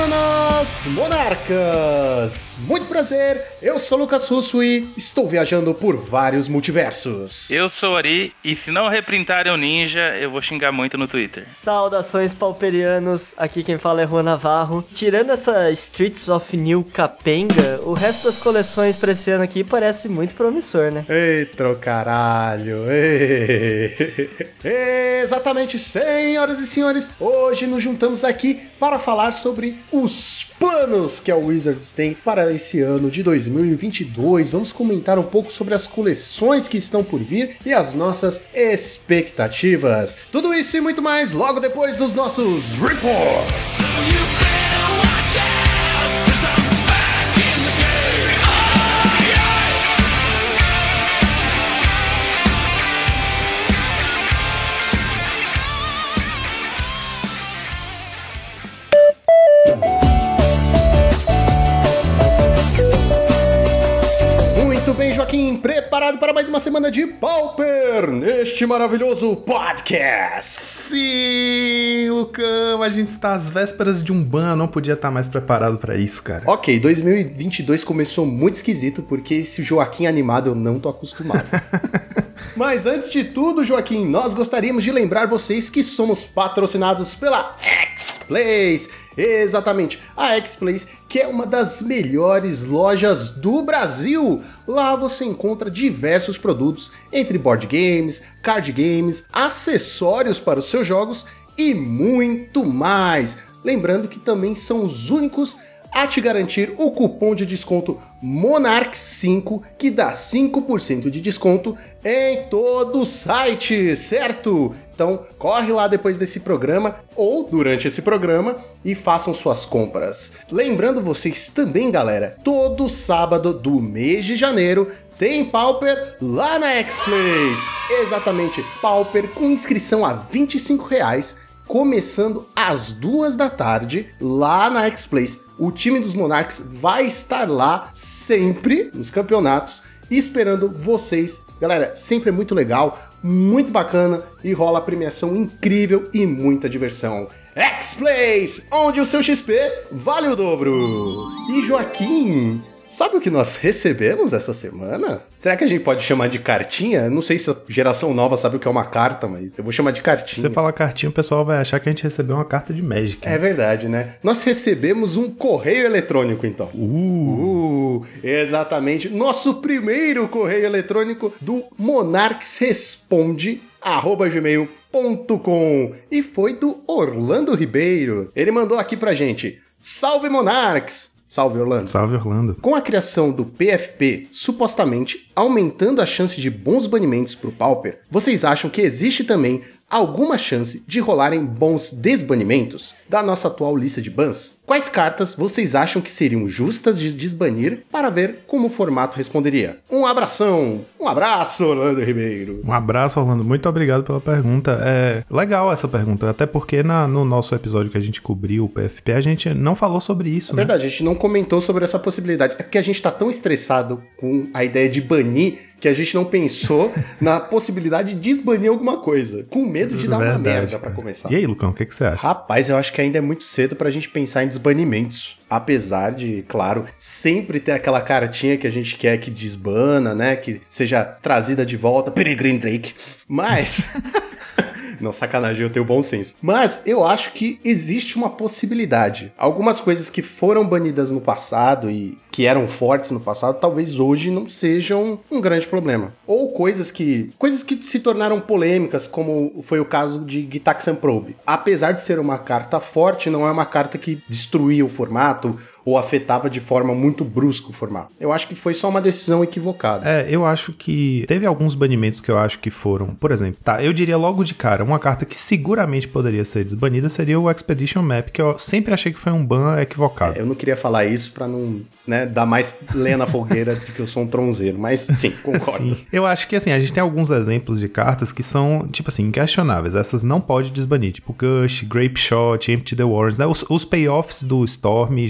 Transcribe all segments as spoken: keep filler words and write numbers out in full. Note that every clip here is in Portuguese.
Buenas monarcas! Muito prazer, eu sou Lucas Russo e estou viajando por vários multiversos. Eu sou Ari e se não reprintarem o Ninja, eu vou xingar muito no Twitter. Saudações pauperianos, aqui quem fala é Juan Navarro. Tirando essa Streets of New Capenga, o resto das coleções pra esse ano aqui parece muito promissor, né? Eita, caralho! Ei. Exatamente, senhoras e senhores, hoje nos juntamos aqui para falar sobre os planos que a Wizards tem para esse ano de dois mil e vinte e dois. Vamos comentar um pouco sobre as coleções que estão por vir e as nossas expectativas. Tudo isso e muito mais logo depois dos nossos reports. Muito bem, Joaquim, preparado para mais uma semana de Pauper neste maravilhoso podcast? Sim, Lucão, a gente está às vésperas de um ban, não podia estar mais preparado para isso, cara. Ok, dois mil e vinte e dois começou muito esquisito, porque esse Joaquim animado eu não tô acostumado. Mas antes de tudo, Joaquim, nós gostaríamos de lembrar vocês que somos patrocinados pela X-Plays. Exatamente, a X-Plays, que é uma das melhores lojas do Brasil. Lá você encontra diversos produtos, entre board games, card games, acessórios para os seus jogos e muito mais. Lembrando que também são os únicos a te garantir o cupom de desconto Monark cinco, que dá cinco por cento de desconto em todo o site, certo? Então corre lá depois desse programa ou durante esse programa e façam suas compras. Lembrando vocês também, galera, todo sábado do mês de janeiro tem Pauper lá na X-Plays. Exatamente, Pauper com inscrição a vinte e cinco reais, começando às duas da tarde lá na X-Plays. O time dos Monarchs vai estar lá sempre nos campeonatos esperando vocês. Galera, sempre é muito legal, muito bacana e rola premiação incrível e muita diversão. X-Plays, onde o seu X P vale o dobro. E Joaquim, sabe o que nós recebemos essa semana? Será que a gente pode chamar de cartinha? Não sei se a geração nova sabe o que é uma carta, mas eu vou chamar de cartinha. Se você falar cartinha, o pessoal vai achar que a gente recebeu uma carta de Magic. É verdade, né? Nós recebemos um correio eletrônico, então. Uh. Uh, exatamente. Nosso primeiro correio eletrônico do Monarques Responde, arroba gmail ponto com. E foi do Orlando Ribeiro. Ele mandou aqui pra gente: salve Monarques! Salve, Orlando. Salve, Orlando. Com a criação do P F P, supostamente aumentando a chance de bons banimentos pro Pauper, vocês acham que existe também alguma chance de rolarem bons desbanimentos da nossa atual lista de bans? Quais cartas vocês acham que seriam justas de desbanir para ver como o formato responderia? Um abração! Um abraço, Orlando Ribeiro! Um abraço, Orlando. Muito obrigado pela pergunta. É legal essa pergunta, até porque na, no nosso episódio que a gente cobriu o P F P, a gente não falou sobre isso, É né? verdade, a gente não comentou sobre essa possibilidade. É porque a gente tá tão estressado com a ideia de banir que a gente não pensou na possibilidade de desbanir alguma coisa. Com medo de dar Verdade, uma merda cara. pra começar. E aí, Lucão, o que, que você acha? Rapaz, eu acho que ainda é muito cedo pra gente pensar em desbanimentos. Apesar de, claro, sempre ter aquela cartinha que a gente quer que desbana, né? Que seja trazida de volta, Peregrine Drake. Mas... Não, sacanagem, eu tenho bom senso. Mas eu acho que existe uma possibilidade. Algumas coisas que foram banidas no passado e que eram fortes no passado, talvez hoje não sejam um grande problema. Ou coisas que coisas que se tornaram polêmicas, como foi o caso de Gitaxian Probe. Apesar de ser uma carta forte, não é uma carta que destruía o formato ou afetava de forma muito brusca o formato. Eu acho que foi só uma decisão equivocada. É, eu acho que teve alguns banimentos que eu acho que foram, por exemplo, tá, eu diria logo de cara, uma carta que seguramente poderia ser desbanida seria o Expedition Map, que eu sempre achei que foi um ban equivocado. É, eu não queria falar isso pra não, né, dar mais lenha na fogueira de que eu sou um tronzeiro, mas sim, concordo. Sim. Eu acho que, assim, a gente tem alguns exemplos de cartas que são, tipo assim, inquestionáveis. Essas não pode desbanir, tipo Gush, Grape Shot, Empty the Wars, né? Os, os payoffs do Storm jamais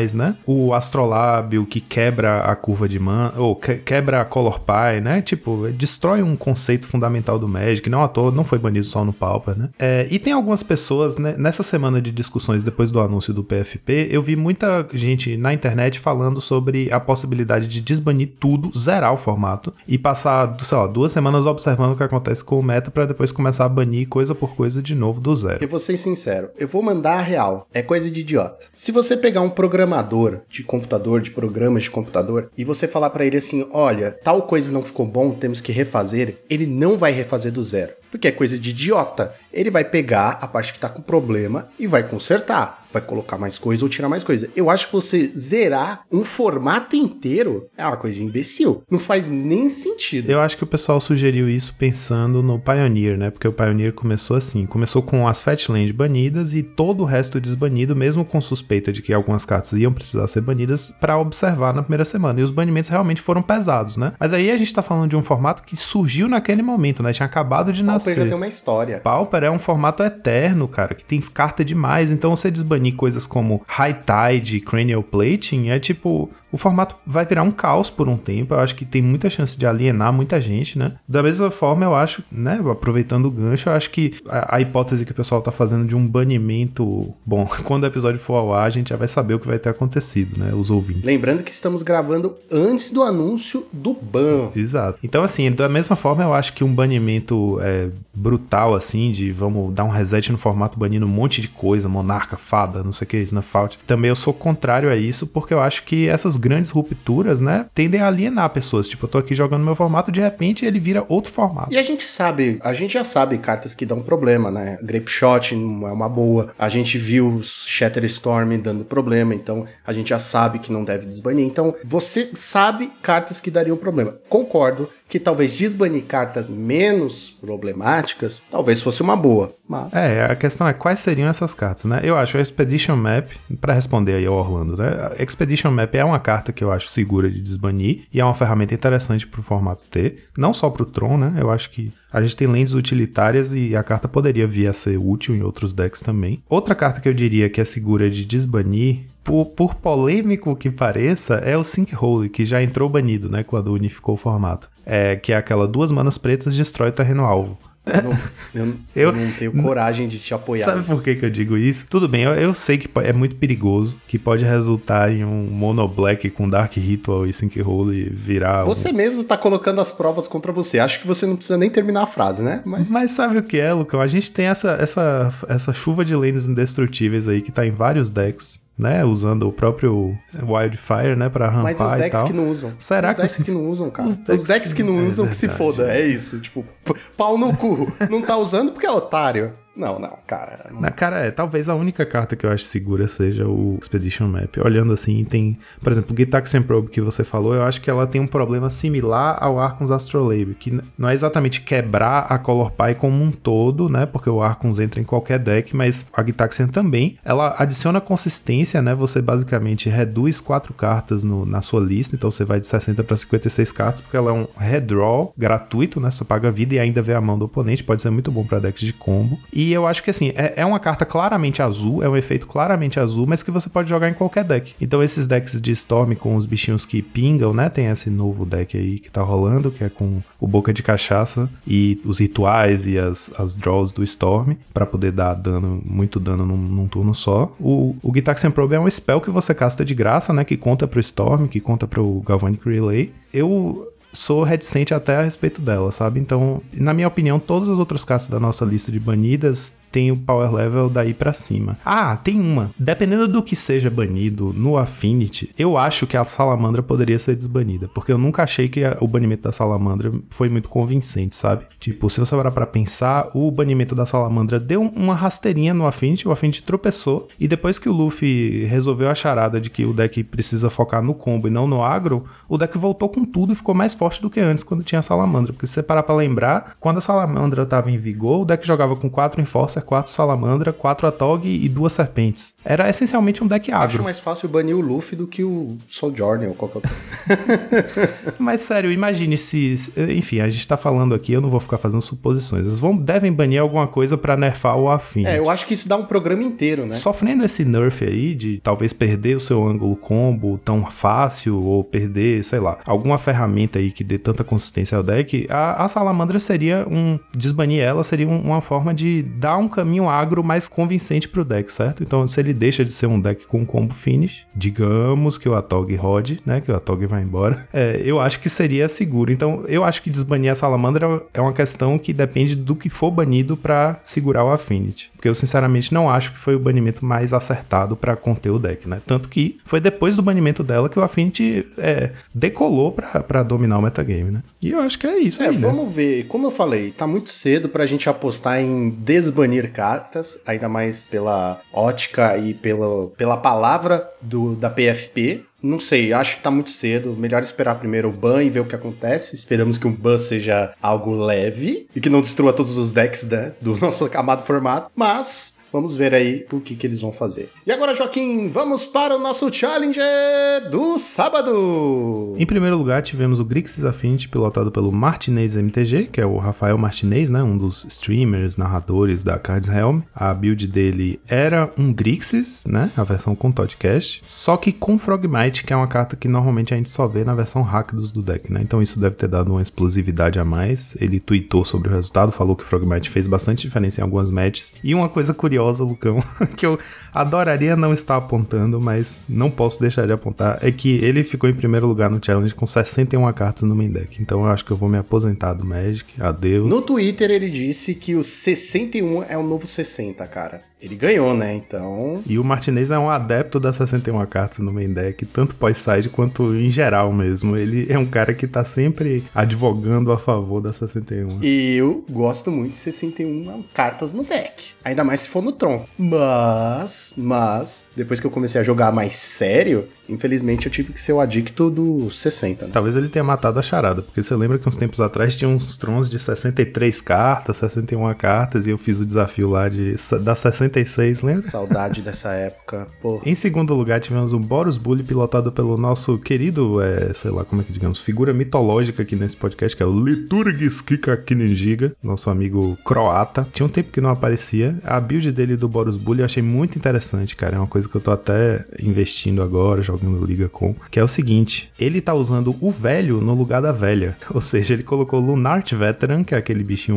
demais, né? O Astrolábio que quebra a curva de mana, ou que, quebra a Color Pie, né? Tipo, destrói um conceito fundamental do Magic, não à toa, não foi banido só no Pauper, né? É, e tem algumas pessoas, né, nessa semana de discussões depois do anúncio do P F P, eu vi muita gente na internet falando sobre a possibilidade de desbanir tudo, zerar o formato e passar, sei lá, duas semanas observando o que acontece com o meta pra depois começar a banir coisa por coisa de novo do zero. Eu vou ser sincero, eu vou mandar a real, é coisa de idiota. Se você pegar um programador de computador, de programas de computador, e você falar pra ele assim, olha, tal coisa não ficou bom, temos que refazer, ele não vai refazer do zero, porque é coisa de idiota. Ele vai pegar a parte que tá com problema e vai consertar. Vai colocar mais coisa ou tirar mais coisa. Eu acho que você zerar um formato inteiro é uma coisa de imbecil. Não faz nem sentido. Eu acho que o pessoal sugeriu isso pensando no Pioneer, né? Porque o Pioneer começou assim. Começou com as Fatland banidas e todo o resto desbanido, mesmo com suspeita de que algumas cartas iam precisar ser banidas pra observar na primeira semana. E os banimentos realmente foram pesados, né? Mas aí a gente tá falando de um formato que surgiu naquele momento, né? Tinha acabado de nascer. Pauper já tem uma história. Pauper é um formato eterno, cara, que tem carta demais. Então você desbanir coisas como High Tide, Cranial Plating, é tipo... O formato vai virar um caos por um tempo, eu acho que tem muita chance de alienar muita gente, né? Da mesma forma, eu acho, né, aproveitando o gancho, eu acho que a, a hipótese que o pessoal tá fazendo de um banimento... Bom, quando o episódio for ao ar, a gente já vai saber o que vai ter acontecido, né, os ouvintes. Lembrando que estamos gravando antes do anúncio do ban. Exato. Então, assim, da mesma forma, eu acho que um banimento é, brutal, assim, de vamos dar um reset no formato banindo um monte de coisa, Monarca, Fada, não sei o que, Snuff-Out. Também eu sou contrário a isso, porque eu acho que essas grandes rupturas, né, tendem a alienar pessoas. Tipo, eu tô aqui jogando meu formato, de repente ele vira outro formato. E a gente sabe, a gente já sabe cartas que dão problema, né? Grape Shot não é uma boa. A gente viu Shatter Storm dando problema, então a gente já sabe que não deve desbanir. Então, você sabe cartas que dariam problema. Concordo que talvez desbanir cartas menos problemáticas talvez fosse uma boa, mas... É, a questão é quais seriam essas cartas, né? Eu acho a Expedition Map, pra responder aí ao Orlando, né? A Expedition Map é uma carta que eu acho segura de desbanir e é uma ferramenta interessante pro formato ter, não só pro Tron, né? Eu acho que a gente tem lentes utilitárias e a carta poderia vir a ser útil em outros decks também. Outra carta que eu diria que é segura de desbanir, Por, por polêmico que pareça, é o Sinkhole, que já entrou banido, né, quando unificou o formato. É, que é aquela duas manas pretas destrói o terreno-alvo. Eu não, eu, eu não tenho coragem de te apoiar. Sabe isso. por que que eu digo isso? Tudo bem, eu, eu sei que é muito perigoso, que pode resultar em um Mono Black com Dark Ritual e Sinkhole virar... Você um... mesmo tá colocando as provas contra você. Acho que você não precisa nem terminar a frase, né? Mas, Mas sabe o que é, Lucão? A gente tem essa, essa, essa chuva de lanes indestrutíveis aí que tá em vários decks, né, usando o próprio Wildfire, né, pra rampar e tal. Mas os decks que não usam. Será os que decks os... que não usam, cara. Os Os decks, decks que não é usam, que se verdade. foda. É isso, tipo, pau no cu. Não tá usando porque é otário. Não, não, cara. Não... Na cara, é, talvez a única carta que eu acho segura seja o Expedition Map. Olhando assim, tem, por exemplo, o Gitaxian Probe que você falou, eu acho que ela tem um problema similar ao Archon's Astrolabe, que não é exatamente quebrar a Color Pie como um todo, né, porque o Archon's entra em qualquer deck, mas a Gitaxian também, ela adiciona consistência, né, você basicamente reduz quatro cartas no, na sua lista, então você vai de sessenta para cinquenta e seis cartas, porque ela é um redraw gratuito, né, você paga vida e ainda vê a mão do oponente, pode ser muito bom para decks de combo. E eu acho que assim, é, é uma carta claramente azul, é um efeito claramente azul, mas que você pode jogar em qualquer deck. Então esses decks de Storm com os bichinhos que pingam, né? Tem esse novo deck aí que tá rolando, que é com o Boca de Cachaça e os rituais e as, as draws do Storm, pra poder dar dano, muito dano num, num turno só. O, o Gitaxian Probe é um spell que você casta de graça, né? Que conta pro Storm, que conta pro Galvanic Relay. Eu... sou reticente até a respeito dela, sabe? Então, na minha opinião, todas as outras cartas da nossa lista de banidas tem o power level daí pra cima. Ah, tem uma. Dependendo do que seja banido no Affinity, eu acho que a Salamandra poderia ser desbanida, porque eu nunca achei que a, o banimento da Salamandra foi muito convincente, sabe? Tipo, se você parar pra pensar, o banimento da Salamandra deu uma rasteirinha no Affinity, o Affinity tropeçou, e depois que o Luffy resolveu a charada de que o deck precisa focar no combo e não no agro, o deck voltou com tudo e ficou mais forte do que antes quando tinha a Salamandra, porque se você parar pra lembrar, quando a Salamandra tava em vigor, o deck jogava com quatro Enforcer, quatro Salamandra, quatro Atog e duas Serpentes. Era essencialmente um deck agro. Acho mais fácil banir o Luffy do que o Sojourner ou qualquer outro. Mas sério, imagine se... Enfim, a gente tá falando aqui, eu não vou ficar fazendo suposições. Eles vão, devem banir alguma coisa pra nerfar o Affinity. É, eu acho que isso dá um programa inteiro, né? Sofrendo esse nerf aí de talvez perder o seu ângulo combo tão fácil ou perder, sei lá, alguma ferramenta aí que dê tanta consistência ao deck, a, a Salamandra seria um... Desbanir ela seria um, uma forma de dar um caminho agro mais convincente pro deck, certo? Então, se ele deixa de ser um deck com combo finish, digamos que o Atog rode, né? Que o Atog vai embora. É, eu acho que seria seguro. Então, eu acho que desbanir a Salamandra é uma questão que depende do que for banido pra segurar o Affinity. Porque eu, sinceramente, não acho que foi o banimento mais acertado pra conter o deck, né? Tanto que foi depois do banimento dela que o Affinity é, decolou pra, pra dominar o metagame, né? E eu acho que é isso é, aí, vamos né? ver. Como eu falei, tá muito cedo pra gente apostar em desbanir cartas, ainda mais pela ótica e pela, pela palavra do, da P F P. Não sei, acho que tá muito cedo. Melhor esperar primeiro o ban e ver o que acontece. Esperamos que um ban seja algo leve e que não destrua todos os decks, né, do nosso amado formato. Mas vamos ver aí o que, que eles vão fazer. E agora, Joaquim, vamos para o nosso Challenger do sábado! Em primeiro lugar, tivemos o Grixis Affinity, pilotado pelo Martinez M T G, que é o Rafael Martinez, né, um dos streamers, narradores da Cards Realm. A build dele era um Grixis, né, a versão com Toddcast, só que com Frogmite, que é uma carta que normalmente a gente só vê na versão Rakdos do deck, né, então isso deve ter dado uma explosividade a mais. Ele tweetou sobre o resultado, falou que Frogmite fez bastante diferença em algumas matches. E uma coisa curiosa, Lucão, que eu adoraria não estar apontando, mas não posso deixar de apontar, é que ele ficou em primeiro lugar no challenge com sessenta e uma cartas no main deck. Então eu acho que eu vou me aposentar do Magic. Adeus. No Twitter ele disse que o sessenta e um é o novo sessenta, cara. Ele ganhou, né? Então... E o Martinez é um adepto das sessenta e uma cartas no main deck, tanto pós-side quanto em geral mesmo. Ele é um cara que tá sempre advogando a favor da sessenta e um. E eu gosto muito de sessenta e um cartas no deck. Ainda mais se for no Tron. Mas, mas, depois que eu comecei a jogar mais sério, infelizmente eu tive que ser o adicto do sessenta, né? Talvez ele tenha matado a charada, porque você lembra que uns tempos atrás tinha uns Trons de sessenta e três cartas, sessenta e uma cartas, e eu fiz o desafio lá de da sessenta e seis, lembra? Saudade dessa época, pô. Em segundo lugar, tivemos o Boros Bully, pilotado pelo nosso querido, é, sei lá como é que digamos, figura mitológica aqui nesse podcast, que é o Liturgis Kikakininjiga, nosso amigo croata. Tinha um tempo que não aparecia. A build dele do Boros Bully eu achei muito interessante, cara. É uma coisa que eu tô até investindo agora, jogando Liga com, que é o seguinte: ele tá usando o velho no lugar da velha. Ou seja, ele colocou Lunart Veteran, que é aquele bichinho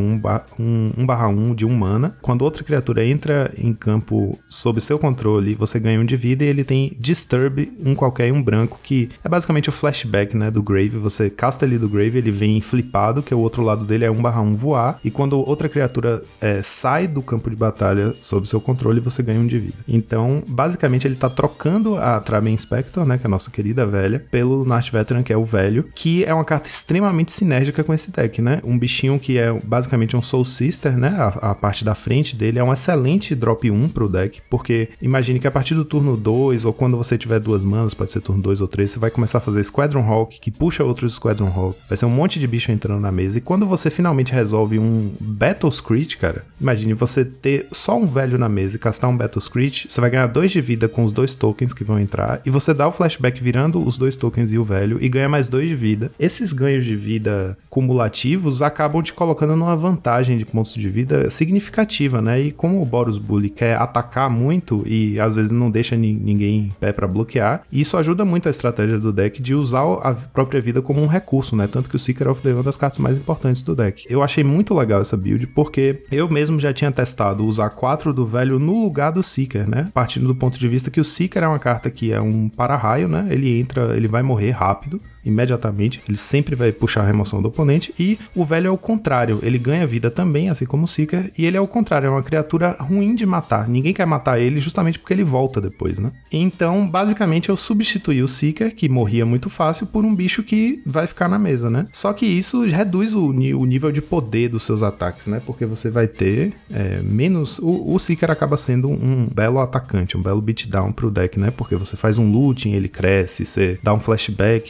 um barra um de um mana. Quando outra criatura entra em campo sob seu controle, você ganha um de vida, e ele tem Disturb, um qualquer, um branco, que é basicamente o flashback, né, do Grave. Você casta ele do Grave, ele vem flipado, que o outro lado dele é um barra um voar, e quando outra criatura é, sai do campo de batalha sob seu controle, você ganha um de vida. Então, basicamente, ele tá trocando a Traben Inspector, né, que é a nossa querida velha, pelo Lunart Veteran, que é o velho, que é uma carta extremamente sinérgica com esse deck, né? Um bichinho que é basicamente um Soul Sister, né? A, a parte da frente dele é um excelente drop um pro deck, porque imagine que a partir do turno dois, ou quando você tiver duas manas, pode ser turno dois ou três, você vai começar a fazer Squadron Hawk, que puxa outros Squadron Hawk. Vai ser um monte de bicho entrando na mesa, e quando você finalmente resolve um Battle Screech, cara, imagine você ter só um velho na mesa e castar um Battle Screech, você vai ganhar dois de vida com os dois tokens que vão entrar, e você dá o flashback virando os dois tokens e o velho, e ganha mais dois de vida. Esses ganhos de vida cumulativos acabam te colocando numa vantagem de pontos de vida significativa, né? E como o Boros Bully quer atacar muito e às vezes não deixa ni- ninguém em pé pra bloquear, isso ajuda muito a estratégia do deck de usar a própria vida como um recurso, né? Tanto que o Seeker of the Eve é uma das cartas mais importantes do deck. Eu achei muito legal essa build, porque eu mesmo já tinha testado usar quatro do velho no lugar do Seeker, né? Partindo do ponto de vista que o Seeker é uma carta que é um para-raio, né? Ele entra, ele vai morrer rápido, imediatamente, ele sempre vai puxar a remoção do oponente, e o velho é o contrário, ele ganha vida também, assim como o Seeker, e ele é o contrário, é uma criatura ruim de matar, ninguém quer matar ele justamente porque ele volta depois, né? Então, basicamente, eu substituí o Seeker, que morria muito fácil, por um bicho que vai ficar na mesa, né? Só que isso reduz o, o nível de poder dos seus ataques, né? Porque você vai ter é, menos... O, o Seeker acaba sendo um belo atacante, um belo beatdown pro deck, né? Porque você faz um looting, ele cresce, você dá um flashback numa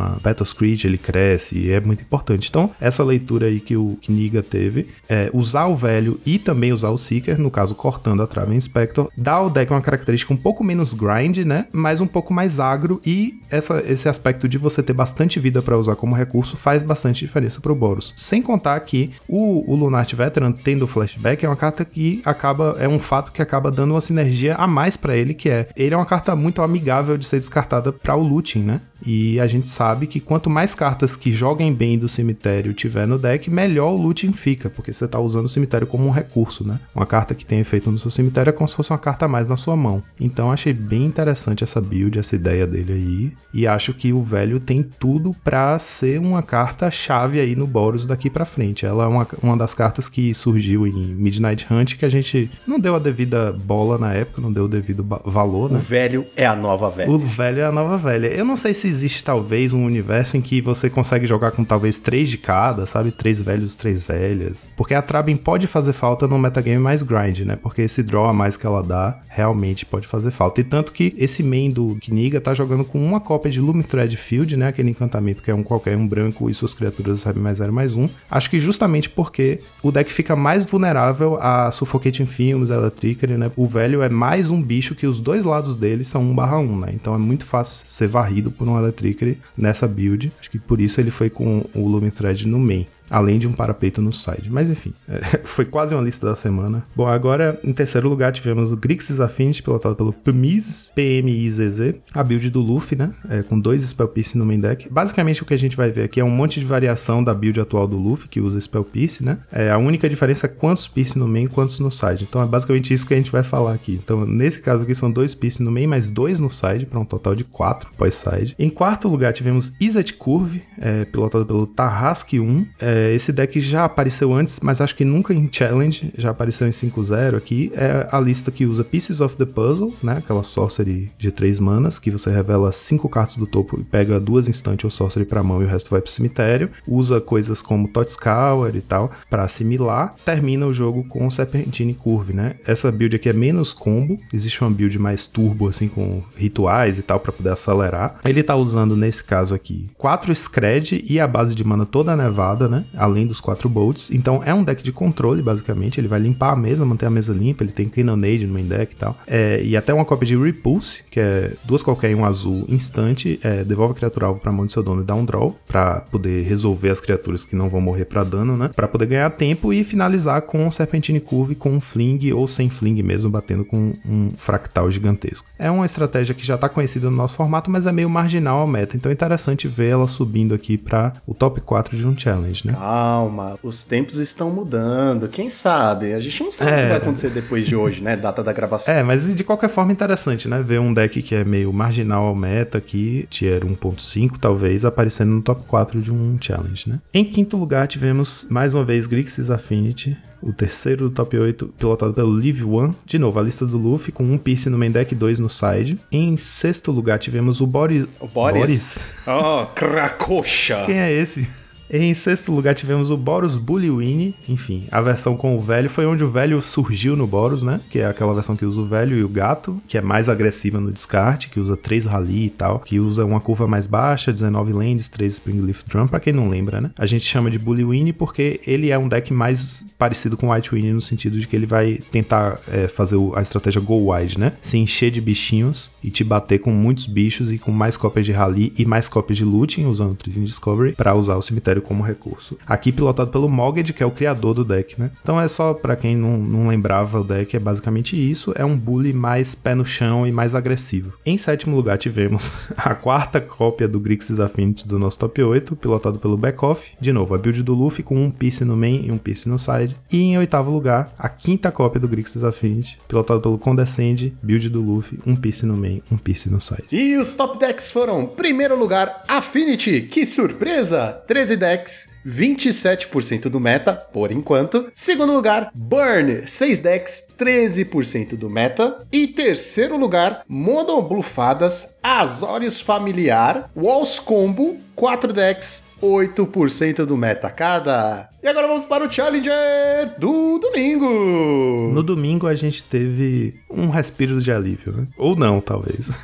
a Battle Screech, ele cresce e é muito importante. Então, essa leitura aí que o Kniga teve, é, usar o velho e também usar o Seeker, no caso, cortando a Traven Inspector, dá ao deck uma característica um pouco menos grind, né? Mas um pouco mais agro e essa, esse aspecto de você ter bastante vida para usar como recurso faz bastante diferença pro Boros. Sem contar que o, o Lunart Veteran, tendo flashback, é uma carta que acaba, é um fato que acaba dando uma sinergia a mais para ele, que é, ele é uma carta muito amigável de ser descartada para o looting, né? E a gente sabe que quanto mais cartas que joguem bem do cemitério tiver no deck, melhor o looting fica, porque você tá usando o cemitério como um recurso, né? Uma carta que tem efeito no seu cemitério é como se fosse uma carta a mais na sua mão. Então achei bem interessante essa build, essa ideia dele aí, e acho que o velho tem tudo pra ser uma carta chave aí no Boros daqui pra frente. Ela é uma, uma das cartas que surgiu em Midnight Hunt, que a gente não deu a devida bola na época, não deu o devido valor, né? O velho é a nova velha. O velho é a nova velha. Eu não sei se existe talvez um universo em que você consegue jogar com talvez três de cada, sabe? Três velhos, três velhas. Porque a Trabin pode fazer falta no metagame mais grind, né? Porque esse draw a mais que ela dá realmente pode fazer falta. E tanto que esse main do Kniga tá jogando com uma cópia de Luminthread Field, né? Aquele encantamento que é um qualquer, um branco e suas criaturas recebem mais zero, mais um. Acho que justamente porque o deck fica mais vulnerável a Suffocating Films, Electricity, né? O velho é mais um bicho que os dois lados dele são um barra um, né? Então é muito fácil ser varrido por um Electricity nessa build. Acho que por isso ele foi com o Luminthread no main, além de um parapeito no side. Mas enfim, é, foi quase uma lista da semana. Bom, agora em terceiro lugar tivemos o Grixis Affinity, pilotado pelo P M I Z, P M I Z Z, a build do Luffy, né? É, com dois Spell Pierce no main deck. Basicamente o que a gente vai ver aqui é um monte de variação da build atual do Luffy, que usa Spell Pierce, né? É, a única diferença é quantos Pierce no main e quantos no side. Então é basicamente isso que a gente vai falar aqui. Então nesse caso aqui são dois Pierce no main, mais dois no side, para um total de quatro pós-side. Em quarto lugar tivemos Izzet Curve, é, pilotado pelo Tarrasque um. É, esse deck já apareceu antes, mas acho que nunca em Challenge, já apareceu em cinco zero aqui. É a lista que usa Pieces of the Puzzle, né? Aquela sorcery de três manas, que você revela cinco cartas do topo e pega duas instant ou sorcery pra mão e o resto vai pro cemitério. Usa coisas como Totscour e tal pra assimilar. Termina o jogo com Serpentine Curve, né? Essa build aqui é menos combo, existe uma build mais turbo, assim, com rituais e tal, pra poder acelerar. Ele tá usando, nesse caso aqui, quatro Scred e a base de mana toda nevada, né? Além dos quatro bolts. Então é um deck de controle, basicamente. Ele vai limpar a mesa, manter a mesa limpa. Ele tem Cannonade no main deck e tal. É, e até uma cópia de Repulse, que é duas qualquer e um azul instante. É, devolve a criatura alvo pra mão do seu dono e dá um draw, pra poder resolver as criaturas que não vão morrer pra dano, né? Pra poder ganhar tempo e finalizar com Serpentine Curve, com um fling ou sem fling mesmo, batendo com um fractal gigantesco. É uma estratégia que já tá conhecida no nosso formato, mas é meio marginal ao meta. Então é interessante ver ela subindo aqui pra o top quatro de um challenge, né? Calma, os tempos estão mudando. Quem sabe? A gente não sabe é... o que vai acontecer depois de hoje, né? Data da gravação. É, mas de qualquer forma interessante, né? Ver um deck que é meio marginal ao meta aqui, tier um ponto cinco talvez, aparecendo no top quatro de um challenge, né? Em quinto lugar tivemos, mais uma vez, Grixis Affinity, o terceiro do top oito, pilotado pelo Live One. De novo, a lista do Luffy, com um Pierce no main deck e dois no side. Em sexto lugar tivemos o Boris... O Boris? Boris? Oh, Krakocha! Quem é esse? Em sexto lugar tivemos o Boros Bullywine, enfim, a versão com o velho, foi onde o velho surgiu no Boros, né, que é aquela versão que usa o velho e o gato, que é mais agressiva no descarte, que usa três rally e tal, que usa uma curva mais baixa, dezenove lands, três Springleaf Drum, pra quem não lembra, né, a gente chama de Bullywine porque ele é um deck mais parecido com o Whitewing no sentido de que ele vai tentar é, fazer a estratégia Go Wide, né, se encher de bichinhos e te bater com muitos bichos e com mais cópias de rally e mais cópias de looting, usando o Trivium Discovery, pra usar o cemitério como recurso. Aqui pilotado pelo Mogged, que é o criador do deck, né? Então é só pra quem não, não lembrava o deck, é basicamente isso. É um bully mais pé no chão e mais agressivo. Em sétimo lugar tivemos a quarta cópia do Grixis Affinity do nosso top oito, pilotado pelo Backoff. De novo, a build do Luffy com um Pierce no main e um Pierce no side. E em oitavo lugar, a quinta cópia do Grixis Affinity, pilotado pelo Condescend, build do Luffy, um Pierce no main, um Pierce no side. E os top decks foram, primeiro lugar, Affinity, que surpresa! treze decks, vinte e sete por cento do meta, por enquanto. Segundo lugar, Burn, seis decks, treze por cento do meta. E terceiro lugar, Mono Blufadas, Azorius Familiar, Walls Combo, quatro decks, oito por cento do meta cada. E agora vamos para o Challenger do domingo. No domingo a gente teve um respiro de alívio, né? Ou não, talvez.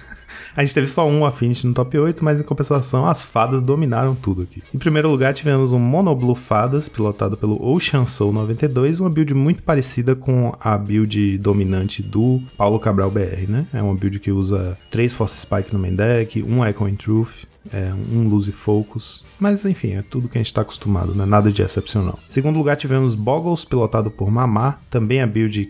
A gente teve só um Affinity no top oito, mas em compensação as fadas dominaram tudo aqui. Em primeiro lugar tivemos um Mono Blue Fadas, pilotado pelo Ocean Soul noventa e dois, uma build muito parecida com a build dominante do Paulo Cabral B R, né? É uma build que usa três Force Spike no main deck, um Echoing Truth, é, um Lose Focus, mas enfim, é tudo que a gente está acostumado, né? Nada de excepcional. Em segundo lugar tivemos Boggles, pilotado por Mamar, também a build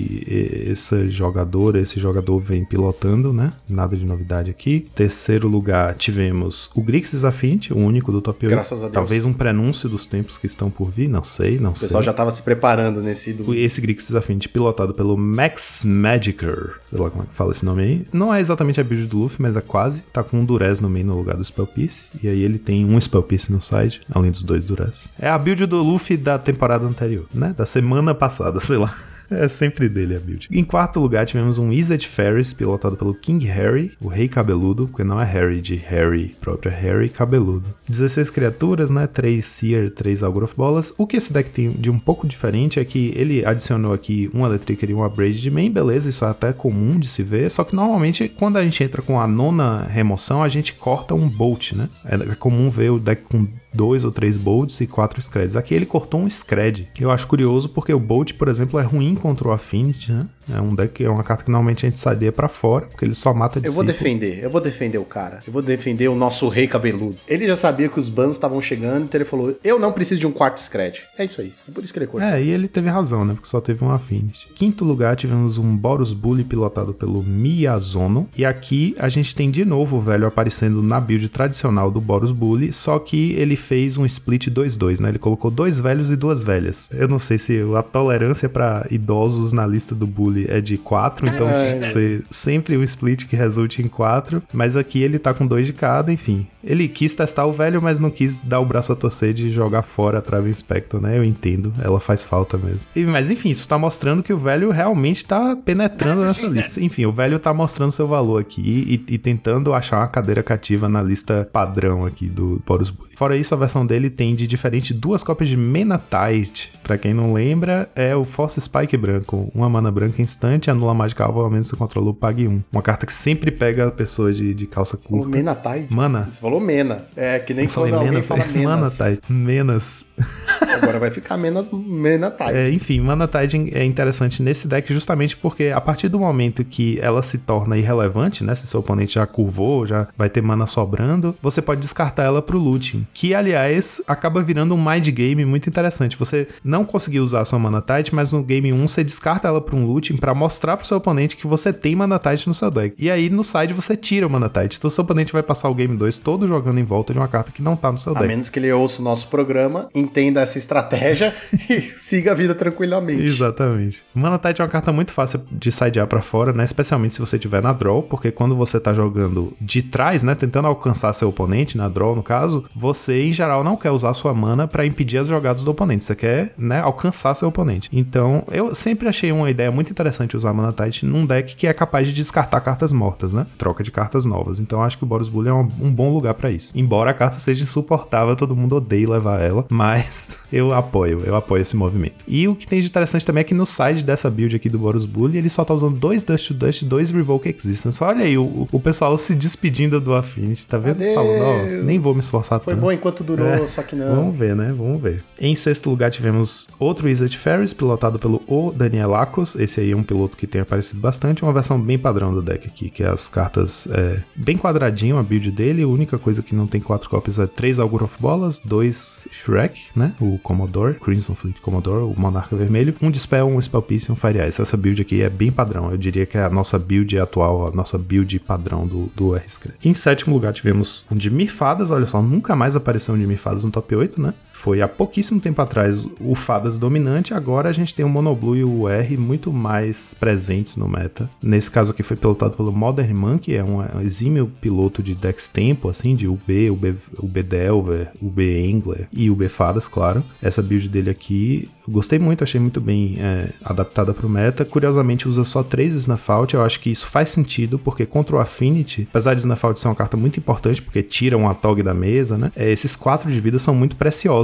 que esse jogador, esse jogador vem pilotando, né? Nada de novidade aqui. Terceiro lugar tivemos o Grixis Affinity, o único do top oito. Graças a Deus. Talvez um prenúncio dos tempos que estão por vir, não sei, não sei. O pessoal já estava se preparando nesse... Do... Esse Grixis Affinity pilotado pelo Max Magicer, sei lá como é que fala esse nome aí. Não é exatamente a build do Luffy, mas é quase. Tá com um Durez no meio no lugar do Spell Piece, e aí ele tem um Spell Piece no side, além dos dois Durez. É a build do Luffy da temporada anterior, né? Da semana passada, sei lá. É sempre dele a build. Em quarto lugar tivemos um Izzet Ferris, pilotado pelo King Harry, o Rei Cabeludo, porque não é Harry de Harry próprio, é Harry Cabeludo. dezesseis criaturas, né? três Seer, três Algoroth Bolas. O que esse deck tem de um pouco diferente é que ele adicionou aqui um Electric e um Abrade de main, beleza, isso é até comum de se ver, só que normalmente quando a gente entra com a nona remoção, a gente corta um Bolt, né? É comum ver o deck com dois ou três Bolts e quatro Screds. Aqui ele cortou um Scred. Eu acho curioso porque o Bolt, por exemplo, é ruim contra o Affinity, né? É um deck, é uma carta que normalmente a gente sadia pra fora, porque ele só mata de Eu vou defender, eu vou defender o cara. Eu vou defender o nosso Rei Cabeludo. Ele já sabia que os bans estavam chegando, então ele falou, eu não preciso de um quarto Scred. É isso aí. É por isso que ele cortou. É, e ele teve razão, né? Porque só teve um Affinity. Quinto lugar, tivemos um Boros Bully pilotado pelo Miyazono. E aqui a gente tem de novo o velho aparecendo na build tradicional do Boros Bully, só que ele fez um split dois dois, né? Ele colocou dois velhos e duas velhas. Eu não sei se a tolerância pra idosos na lista do Bully é de quatro, então é, ser sempre um split que resulte em quatro, mas aqui ele tá com dois de cada, enfim. Ele quis testar o velho, mas não quis dar o braço a torcer de jogar fora a Trave Inspector, né? Eu entendo, ela faz falta mesmo. E, mas enfim, isso tá mostrando que o velho realmente tá penetrando nessa lista. Enfim, o velho tá mostrando seu valor aqui e, e tentando achar uma cadeira cativa na lista padrão aqui do Boros Bully. Fora isso, a versão dele tem de diferente duas cópias de Menatite. Pra quem não lembra, é o Force Spike branco. Uma mana branca instante, anula mágica alvo, ao menos você controlou, pague um. Uma carta que sempre pega a pessoa de, de calça curta. Você falou Menatite? Mana. Você falou Mena. É que nem quando alguém Mena, fala Menas. Manatite. Menas. Agora vai ficar menos Menatite. É, enfim, Manatite é interessante nesse deck justamente porque a partir do momento que ela se torna irrelevante, né? Se seu oponente já curvou, já vai ter mana sobrando, você pode descartar ela pro looting. Que, aliás, acaba virando um mind game muito interessante. Você não conseguiu usar a sua Manatite, mas no game um você descarta ela pra um looting pra mostrar pro seu oponente que você tem Manatite no seu deck. E aí, no side, você tira o Manatite. Então, seu oponente vai passar o game dois todo jogando em volta de uma carta que não tá no seu a deck. A menos que ele ouça o nosso programa, entenda essa estratégia e siga a vida tranquilamente. Exatamente. Manatite é uma carta muito fácil de sidear pra fora, né? Especialmente se você tiver na draw, porque quando você tá jogando de trás, né? Tentando alcançar seu oponente, na draw no caso, você, em geral, não quer usar sua mana pra impedir as jogadas do oponente. Você quer, né, alcançar seu oponente. Então, eu sempre achei uma ideia muito interessante usar Manatite num deck que é capaz de descartar cartas mortas, né? Troca de cartas novas. Então, acho que o Boros Bully é um, um bom lugar pra isso. Embora a carta seja insuportável, todo mundo odeia levar ela, mas eu apoio, eu apoio esse movimento. E o que tem de interessante também é que no side dessa build aqui do Boros Bully, ele só tá usando dois Dust to Dust e dois Revoke Existence. Olha aí, o, o pessoal se despedindo do Affinity, tá vendo? Adeus. Falando, ó, nem vou me esforçar Foi tanto. bom enquanto durou, é, só que não. Vamos ver, né? Vamos ver. Em sexto lugar tivemos outro Izzet Ferris, pilotado pelo O Daniel Akos. Esse aí é um piloto que tem aparecido bastante, uma versão bem padrão do deck aqui, que é as cartas é, bem quadradinho, a build dele. A única coisa que não tem quatro cópias é três Algoroth Bolas, dois Shrek, né? O Commodore, Crimson Fleet Commodore, o Monarca Vermelho, um Dispel, um Spell Piece e um Fire Ice. Essa build aqui é bem padrão. Eu diria que é a nossa build atual, a nossa build padrão do, do R-Scred. Em sétimo lugar tivemos um de Mirfadas. Olha só, nunca mais apareceu um de Mirfadas no top oito, né? Foi há pouquíssimo tempo atrás o Fadas dominante, agora a gente tem o Monoblue e o R muito mais presentes no meta. Nesse caso aqui foi pilotado pelo Modern Monkey, é um exímio piloto de Dex Tempo, assim, de U B, U B, U B Delver, U B Angler e U B Fadas, claro. Essa build dele aqui, eu gostei muito, achei muito bem é, adaptada pro meta. Curiosamente usa só três Snuff Out, eu acho que isso faz sentido, porque contra o Affinity, apesar de Snuff Out ser uma carta muito importante, porque tira um Atog da mesa, né? É, esses quatro de vida são muito preciosos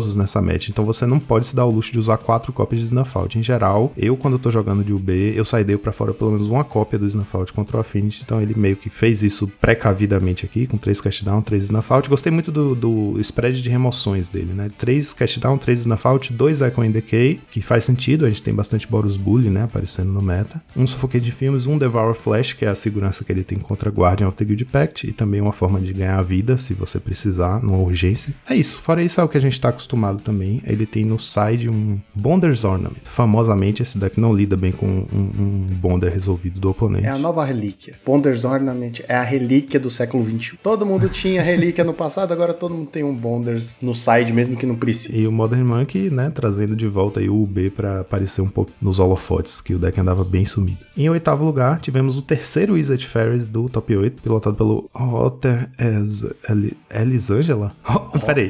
poderosos nessa match, então você não pode se dar o luxo de usar quatro cópias de Snuff-Out. Em geral, eu quando eu tô jogando de U B, eu saí pra fora pelo menos uma cópia do Snuff-Out contra o Affinity, então ele meio que fez isso precavidamente aqui, com três cast down, três Snuff-Out. Gostei muito do, do spread de remoções dele, né? três cast down, três Snuff-Out, dois Echoing Decay, que faz sentido, a gente tem bastante Boros Bully, né, aparecendo no meta. Um Suffocate de Filmes, um Devour Flash, que é a segurança que ele tem contra Guardian of the Guild Pact, e também uma forma de ganhar a vida, se você precisar, numa urgência. É isso, fora isso é o que a gente tá acostumado também. Ele tem no side um Bonder's Ornament. Famosamente, esse deck não lida bem com um, um Bonder resolvido do oponente. É a nova relíquia. Bonder's Ornament é a relíquia do século vinte e um. Todo mundo tinha relíquia no passado, agora todo mundo tem um Bonders no side, mesmo que não precise. E o Modern Monkey, né, trazendo de volta aí o U B pra aparecer um pouco nos holofotes, que o deck andava bem sumido. Em oitavo lugar, tivemos o terceiro Wizard Fairies do top oito, pilotado pelo Rotter Elisângela. Peraí.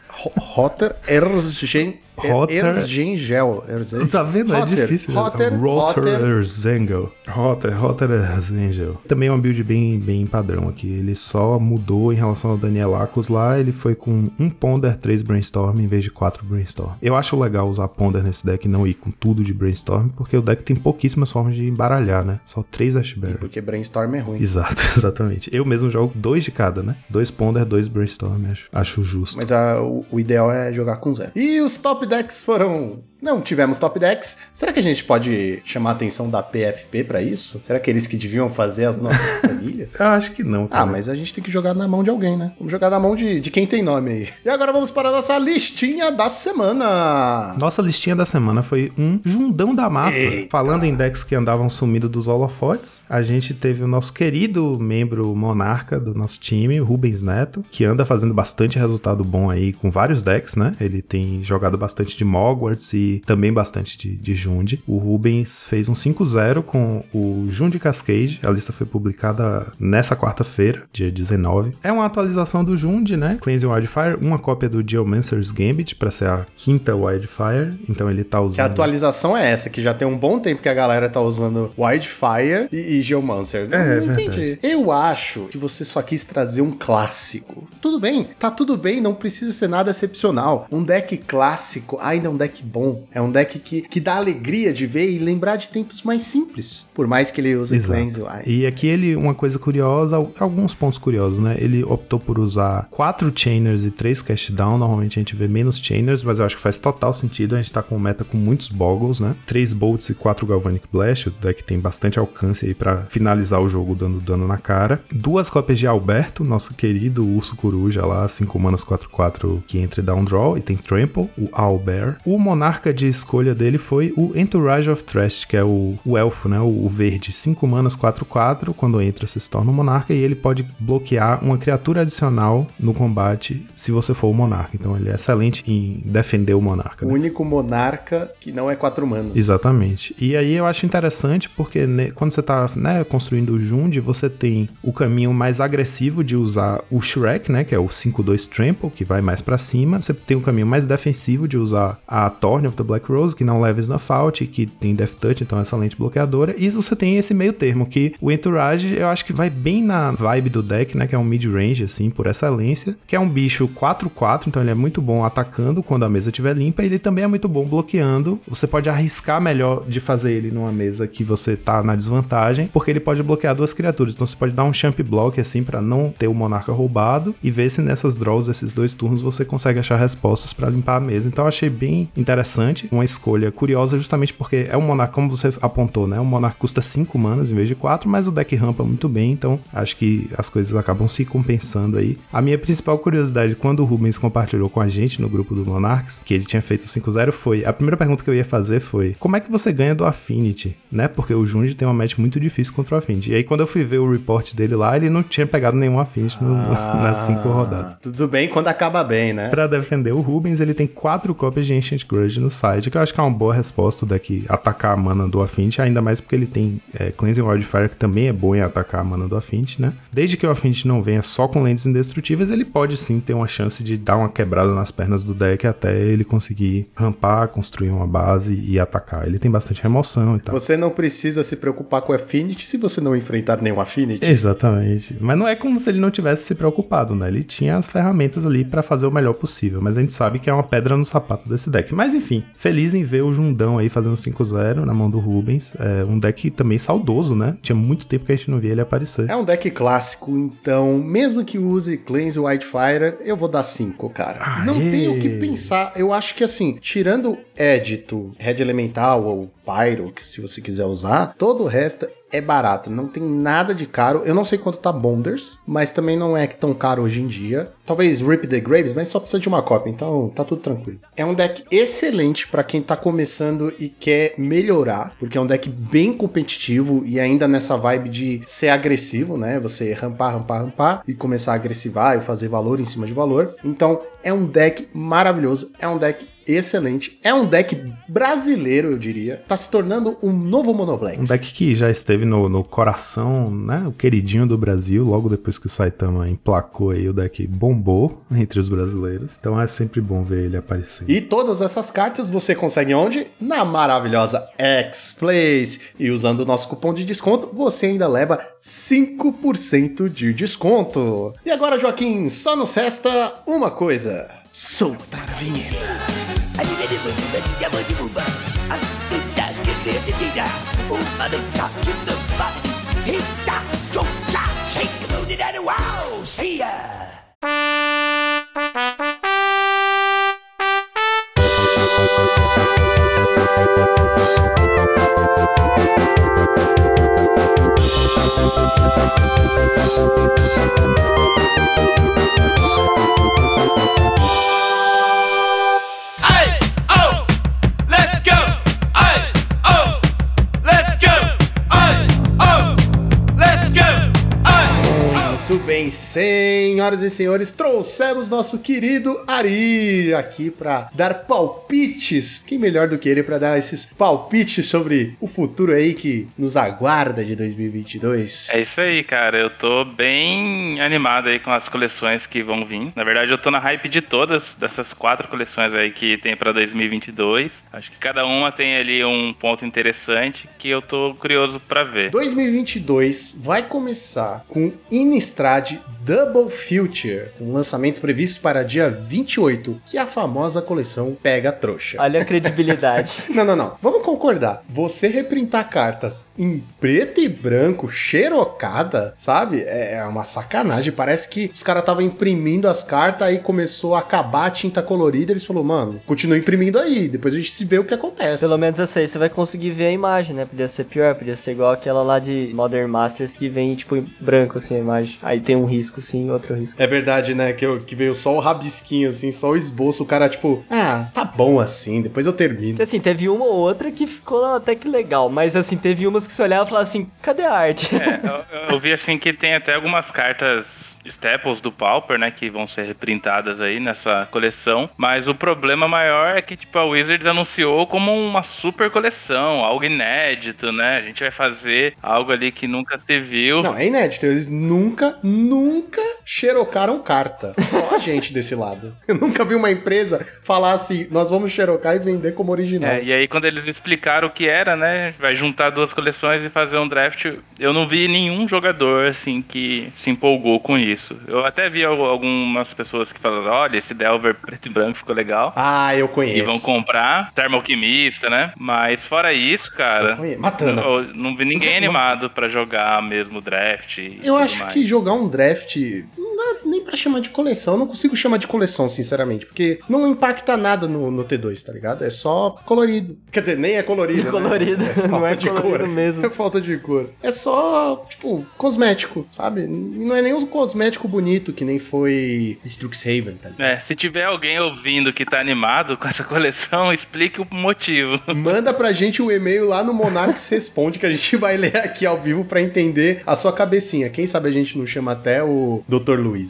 Rotter Erzgen... Rotter... Erzgengel. Tá vendo? É Rotter, difícil. Rotter, Rotter Rotter... Erzengel. Rotter, Rotter Erzengel. Também é uma build bem, bem padrão aqui. Ele só mudou em relação ao Daniel Akos lá. Ele foi com um Ponder, três Brainstorm em vez de quatro Brainstorm. Eu acho legal usar Ponder nesse deck e não ir com tudo de Brainstorm, porque o deck tem pouquíssimas formas de embaralhar, né? Só três Ashbearer. Porque Brainstorm é ruim. Exato, exatamente. Eu mesmo jogo dois de cada, né? Dois Ponder, dois Brainstorm. Acho, acho justo. Mas a, o, o ideal é jogar com zero. E os top decks foram... Não tivemos top decks. Será que a gente pode chamar a atenção da P F P pra isso? Será que eles que deviam fazer as nossas planilhas? Eu acho que não, cara. Ah, mas a gente tem que jogar na mão de alguém, né? Vamos jogar na mão de, de quem tem nome aí. E agora vamos para a nossa listinha da semana. Nossa listinha da semana foi um jundão da massa. Eita. Falando em decks que andavam sumindo dos holofotes, a gente teve o nosso querido membro monarca do nosso time, o Rubens Neto, que anda fazendo bastante resultado bom aí com vários decks, né? Ele tem jogado bastante de Mogwarts e também bastante de, de Jund. O Rubens fez um cinco zero com o Jund Cascade. A lista foi publicada nessa quarta-feira, dia dezenove. É uma atualização do Jund, né? Cleansing Wildfire, uma cópia do Geomancer's Gambit para ser a quinta Wildfire. Então ele tá usando... Que a atualização é essa, que já tem um bom tempo que a galera tá usando Wildfire e, e Geomancer. Não, é, não entendi. Eu acho que você só quis trazer um clássico. Tudo bem, tá tudo bem, não precisa ser nada excepcional. Um deck clássico ainda é um deck bom. É um deck que, que dá alegria de ver e lembrar de tempos mais simples. Por mais que ele use Cleanse. E aqui ele, uma coisa curiosa, alguns pontos curiosos, né? Ele optou por usar quatro Chainers e três Cast Down. Normalmente a gente vê menos Chainers, mas eu acho que faz total sentido. A gente tá com um meta com muitos Boggles, né? Três Bolts e quatro Galvanic Blast. O deck tem bastante alcance aí pra finalizar o jogo dando dano na cara. Duas cópias de Alberto, nosso querido Urso Coruja lá, cinco manas quatro quatro que entra e dá um draw e tem Trample, o Owlbear. O Monarca de escolha dele foi o Entourage of Trust, que é o, o elfo, né? O, o verde, cinco manas quatro quatro, quando entra você se torna um monarca e ele pode bloquear uma criatura adicional no combate se você for o monarca. Então ele é excelente em defender o monarca. O né? único monarca que não é quatro manas. Exatamente. E aí eu acho interessante porque né, quando você tá né, construindo o Jund, você tem o caminho mais agressivo de usar o Shrek, né? Que é o cinco dois Trample, que vai mais pra cima. Você tem o caminho mais defensivo de usar a Thorn of the Black Rose, que não leva Snuff-Out, que tem Death Touch, então é excelente bloqueadora. E você tem esse meio termo, que o Entourage eu acho que vai bem na vibe do deck, né? Que é um mid-range, assim, por excelência. Que é um bicho quatro quatro, então ele é muito bom atacando quando a mesa estiver limpa. E ele também é muito bom bloqueando. Você pode arriscar melhor de fazer ele numa mesa que você tá na desvantagem, porque ele pode bloquear duas criaturas. Então você pode dar um champ block, assim, pra não ter o monarca roubado e ver se nessas draws desses dois turnos você consegue achar respostas pra limpar a mesa. Então eu achei bem interessante, uma escolha curiosa justamente porque é um monarca, como você apontou, né? Um monarca custa cinco manas em vez de quatro, mas o deck rampa muito bem, então acho que as coisas acabam se compensando aí. A minha principal curiosidade, quando o Rubens compartilhou com a gente no grupo do Monarchs, que ele tinha feito o cinco zero, foi, a primeira pergunta que eu ia fazer foi, como é que você ganha do Affinity, né? Porque o Jund tem uma match muito difícil contra o Affinity. E aí quando eu fui ver o report dele lá, ele não tinha pegado nenhum Affinity no, ah, nas cinco rodadas. Tudo bem quando acaba bem, né? Pra defender o Rubens, ele tem quatro cópias de Ancient Grudge no Side, que eu acho que é uma boa resposta o deck atacar a mana do Affinity, ainda mais porque ele tem é, Cleansing Wildfire, que também é bom em atacar a mana do Affinity, né? Desde que o Affinity não venha só com lentes indestrutíveis, ele pode sim ter uma chance de dar uma quebrada nas pernas do deck até ele conseguir rampar, construir uma base e atacar. Ele tem bastante remoção e tal. Você não precisa se preocupar com o Affinity se você não enfrentar nenhum Affinity. Exatamente. Mas não é como se ele não tivesse se preocupado, né? Ele tinha as ferramentas ali pra fazer o melhor possível, mas a gente sabe que é uma pedra no sapato desse deck. Mas enfim, feliz em ver o Jundão aí fazendo cinco zero na mão do Rubens. É um deck também saudoso, né? Tinha muito tempo que a gente não via ele aparecer. É um deck clássico, então, mesmo que use Cleanse Wildfire, eu vou dar cinco, cara. Aê. Não tem o que pensar. Eu acho que, assim, tirando Edito, Red Elemental ou Pyro, que se você quiser usar, todo o resto é barato, não tem nada de caro. Eu não sei quanto tá Bonders, mas também não é tão caro hoje em dia. Talvez Rip the Graves, mas só precisa de uma cópia, então tá tudo tranquilo. É um deck excelente pra quem tá começando e quer melhorar, porque é um deck bem competitivo e ainda nessa vibe de ser agressivo, né? Você rampar, rampar, rampar e começar a agressivar e fazer valor em cima de valor. Então é um deck maravilhoso, é um deck excelente. É um deck brasileiro, eu diria. Tá se tornando um novo Monoblack. Um deck que já esteve no, no coração, né? O queridinho do Brasil, logo depois que o Saitama emplacou aí, o deck bombou entre os brasileiros. Então é sempre bom ver ele aparecendo. E todas essas cartas você consegue onde? Na maravilhosa X-Plays. E usando o nosso cupom de desconto, você ainda leva cinco por cento de desconto. E agora, Joaquim, só nos resta uma coisa: soltar a vinheta. Bem, senhoras e senhores, trouxemos nosso querido Ari aqui pra dar palpites. Quem melhor do que ele pra dar esses palpites sobre o futuro aí que nos aguarda de dois mil e vinte e dois? É isso aí, cara. Eu tô bem animado aí com as coleções que vão vir. Na verdade, eu tô na hype de todas dessas quatro coleções aí que tem pra dois mil e vinte e dois. Acho que cada uma tem ali um ponto interessante que eu tô curioso pra ver. dois mil e vinte e dois vai começar com Innistrad Double Future, um lançamento previsto para dia vinte e oito, que é a famosa coleção Pega Trouxa. Olha a credibilidade. Não, não, não. Vamos concordar. Você reprintar cartas em preto e branco, xerocada, sabe? É uma sacanagem. Parece que os caras estavam imprimindo as cartas, aí começou a acabar a tinta colorida, eles falaram, mano, continua imprimindo aí, depois a gente se vê o que acontece. Pelo menos essa aí você vai conseguir ver a imagem, né? Podia ser pior, podia ser igual aquela lá de Modern Masters que vem, tipo, em branco, assim, a imagem. Aí tem um risco sim, outro risco. É verdade, né? Que, eu, que veio só o rabisquinho, assim, só o esboço. O cara, tipo, ah, tá bom assim, depois eu termino. Porque, assim, teve uma ou outra que ficou até que legal, mas, assim, teve umas que você olhava e falava assim, cadê a arte? É, eu, eu vi, assim, que tem até algumas cartas staples do Pauper, né, que vão ser reprintadas aí nessa coleção, mas o problema maior é que, tipo, a Wizards anunciou como uma super coleção, algo inédito, né? A gente vai fazer algo ali que nunca se viu. Não, é inédito. Eles nunca, nunca xerocaram carta. Só a gente desse lado. Eu nunca vi uma empresa falar assim, nós vamos xerocar e vender como original. É, e aí quando eles explicaram o que era, né, vai juntar duas coleções e fazer um draft, eu não vi nenhum jogador, assim, que se empolgou com isso. Eu até vi algumas pessoas que falaram, olha, esse Delver preto e branco ficou legal. Ah, eu conheço. E vão comprar. Termo-alquimista, né? Mas fora isso, cara, Matana. Eu não vi ninguém animado pra jogar mesmo draft e Eu tudo acho mais. que jogar um draft não dá nem pra chamar de coleção. Eu não consigo chamar de coleção, sinceramente, porque não impacta nada no, no T dois, tá ligado? É só colorido. Quer dizer, nem é colorido, né? Colorido, É falta não é de colorido cor. mesmo. É falta de cor. É só, tipo, cosmético, sabe? E não é nem um cosmético bonito, que nem foi Strixhaven, tá ligado? É, se tiver alguém ouvindo que tá animado com essa coleção, explique o motivo. Manda pra gente um e-mail lá no Monarchs Responde, que a gente vai ler aqui ao vivo pra entender a sua cabecinha. Quem sabe a gente não chama até o doutor Luiz, né?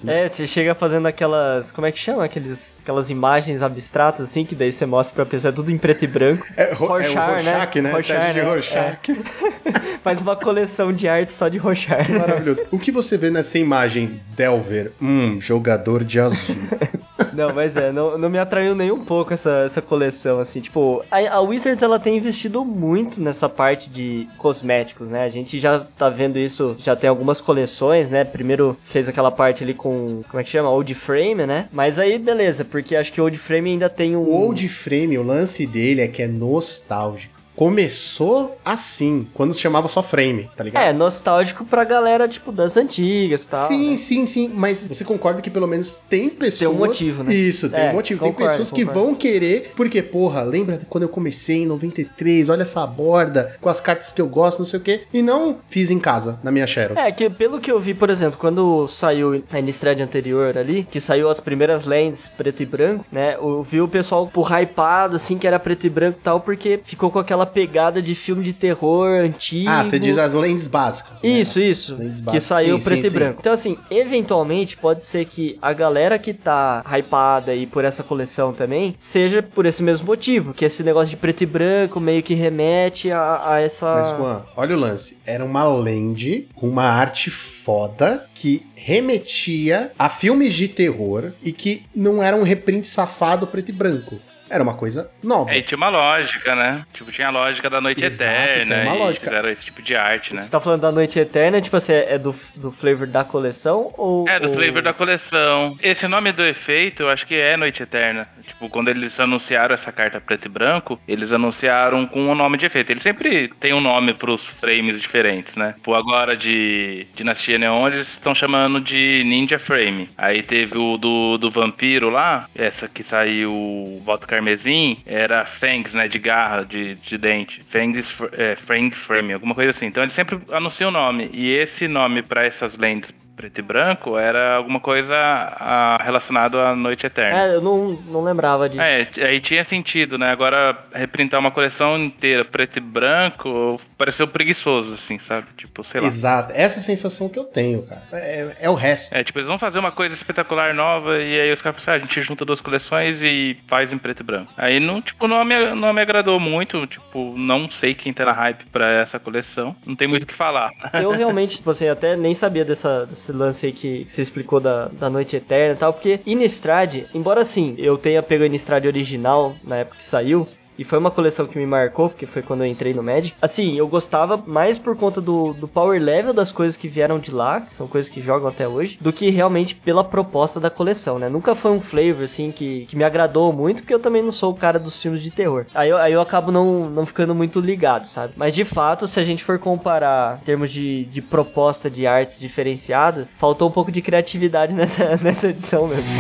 né? É, você chega fazendo aquelas, como é que chama? Aqueles, aquelas imagens abstratas, assim, que daí você mostra pra pessoa, é tudo em preto e branco. É, ro Rorschach, é o Rorschach, né? Rorschach, Teste de né? Rorschach. É. Faz uma coleção de arte só de Rorschach. Maravilhoso. O que você vê nessa imagem, Delver? Hum, jogador de azul. Não, mas é, não, não me atraiu nem um pouco essa, essa coleção, assim, tipo, a, a Wizards, ela tem investido muito nessa parte de cosméticos, né, a gente já tá vendo isso, já tem algumas coleções, né, primeiro fez aquela parte ali com, como é que chama, Old Frame, né, mas aí, beleza, porque acho que o Old Frame ainda tem um... O Old Frame, o lance dele é que é nostálgico. Começou assim, quando se chamava só Frame, tá ligado? É, nostálgico pra galera, tipo, das antigas e tal. Sim, né? sim, sim, mas você concorda que pelo menos tem pessoas... Tem um motivo, né? Isso, tem É, um motivo. concordo, tem pessoas concordo. que vão querer, porque, porra, lembra quando eu comecei em noventa e três, olha essa borda, com as cartas que eu gosto, não sei o quê, e não fiz em casa, na minha Xerox. É, que pelo que eu vi, por exemplo, quando saiu a Innistrad anterior ali, que saiu as primeiras lentes preto e branco, né, eu vi o pessoal por hypado, assim, que era preto e branco e tal, porque ficou com aquela pegada de filme de terror antigo. Ah, você diz as lentes básicas. né? Isso, As isso. lentes Que básicas. saiu Sim, preto sim, e sim. branco. Então, assim, eventualmente pode ser que a galera que tá hypada aí por essa coleção também, seja por esse mesmo motivo, que esse negócio de preto e branco meio que remete a, a essa... Mas, Juan, olha o lance. Era uma land com uma arte foda que remetia a filmes de terror e que não era um reprint safado preto e branco. Era uma coisa nova. É, e tinha uma lógica, né? Tipo, tinha a lógica da Noite Exato, Eterna. tem uma e lógica. fizeram esse tipo de arte, né? Você tá falando da Noite Eterna, tipo assim, é do, do flavor da coleção ou... É, do ou... flavor da coleção. Esse nome do efeito, eu acho que é Noite Eterna. Tipo, quando eles anunciaram essa carta preto e branco, eles anunciaram com um nome de efeito. Eles sempre têm um nome pros frames diferentes, né? Tipo, agora de Dinastia Neon, eles estão chamando de Ninja Frame. Aí teve o do, do Vampiro lá, essa que saiu Voto Carmesim, era Fangs, né? De garra, de, de dente. Fangs, é, Fang Frame, alguma coisa assim. Então eles sempre anunciam o nome. E esse nome pra essas lentes preto e branco era alguma coisa a, relacionado à Noite Eterna. É, eu não, não lembrava disso. É, aí tinha sentido, né? Agora, reprintar uma coleção inteira preto e branco pareceu preguiçoso, assim, sabe? Tipo, sei lá. Exato. Essa é a sensação que eu tenho, cara. É, é o resto. É, tipo, eles vão fazer uma coisa espetacular nova e aí os caras falam assim, ah, a gente junta duas coleções e faz em preto e branco. Aí, não, tipo, não me, não me agradou muito, tipo, não sei quem tá na hype pra essa coleção. Não tem muito o que falar. Eu realmente, tipo assim, até nem sabia dessa, desse lance aí que, que você explicou da, da Noite Eterna e tal, porque Innistrad, embora assim, eu tenha pego a Innistrad original na época que saiu, e foi uma coleção que me marcou, porque foi quando eu entrei no Magic. Assim, eu gostava mais por conta do, do power level das coisas que vieram de lá, que são coisas que jogam até hoje, do que realmente pela proposta da coleção, né? Nunca foi um flavor, assim, que, que me agradou muito, porque eu também não sou o cara dos filmes de terror. Aí eu, aí eu acabo não, não ficando muito ligado, sabe? Mas de fato, se a gente for comparar em termos de, de proposta de artes diferenciadas, faltou um pouco de criatividade nessa, nessa edição mesmo.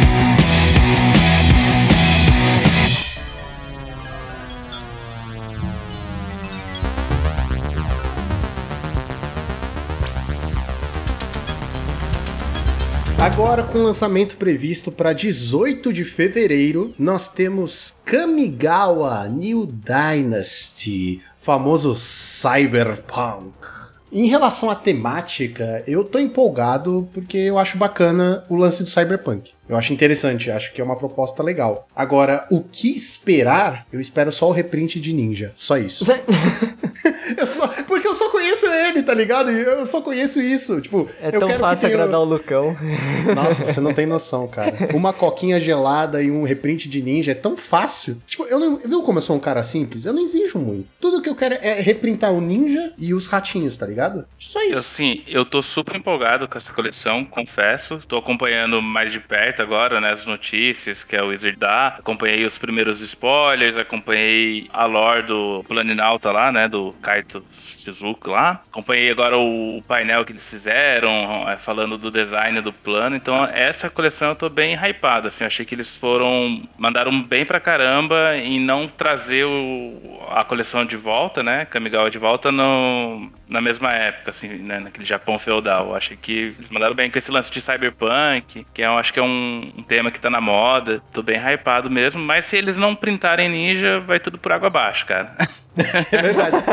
Agora, com o lançamento previsto para dezoito de fevereiro, nós temos Kamigawa New Dynasty, famoso Cyberpunk. Em relação à temática, eu tô empolgado porque eu acho bacana o lance do Cyberpunk. Eu acho interessante, acho que é uma proposta legal. Agora, o que esperar? Eu espero só o reprint de Ninja, só isso. eu só, porque eu só conheço ele, tá ligado? Eu só conheço isso. Tipo, É eu tão quero fácil que tenha... agradar o Lucão. Nossa, você não tem noção, cara. Uma coquinha gelada e um reprint de Ninja é tão fácil. Tipo, eu não... Viu como eu sou um cara simples? Eu não exijo muito. Tudo que eu quero é reprintar o Ninja e os ratinhos, tá ligado? Só isso. Eu, sim, eu tô super empolgado com essa coleção, confesso. Tô acompanhando mais de perto agora, né, as notícias que a Wizard dá. Acompanhei os primeiros spoilers, acompanhei a lore do Planinauta lá, né, do Kaito Shizuku lá. Acompanhei agora o, o painel que eles fizeram, é, falando do design do plano. Então, essa coleção eu tô bem hypado, assim. Eu achei que eles foram... Mandaram bem pra caramba em não trazer o, a coleção de volta, né, Kamigawa de volta no, na mesma época, assim, né, naquele Japão feudal. Eu achei que eles mandaram bem com esse lance de Cyberpunk, que eu acho que é um, um tema que tá na moda. Tô bem hypado mesmo, mas se eles não printarem Ninja, vai tudo por água abaixo, cara. É verdade. A coleção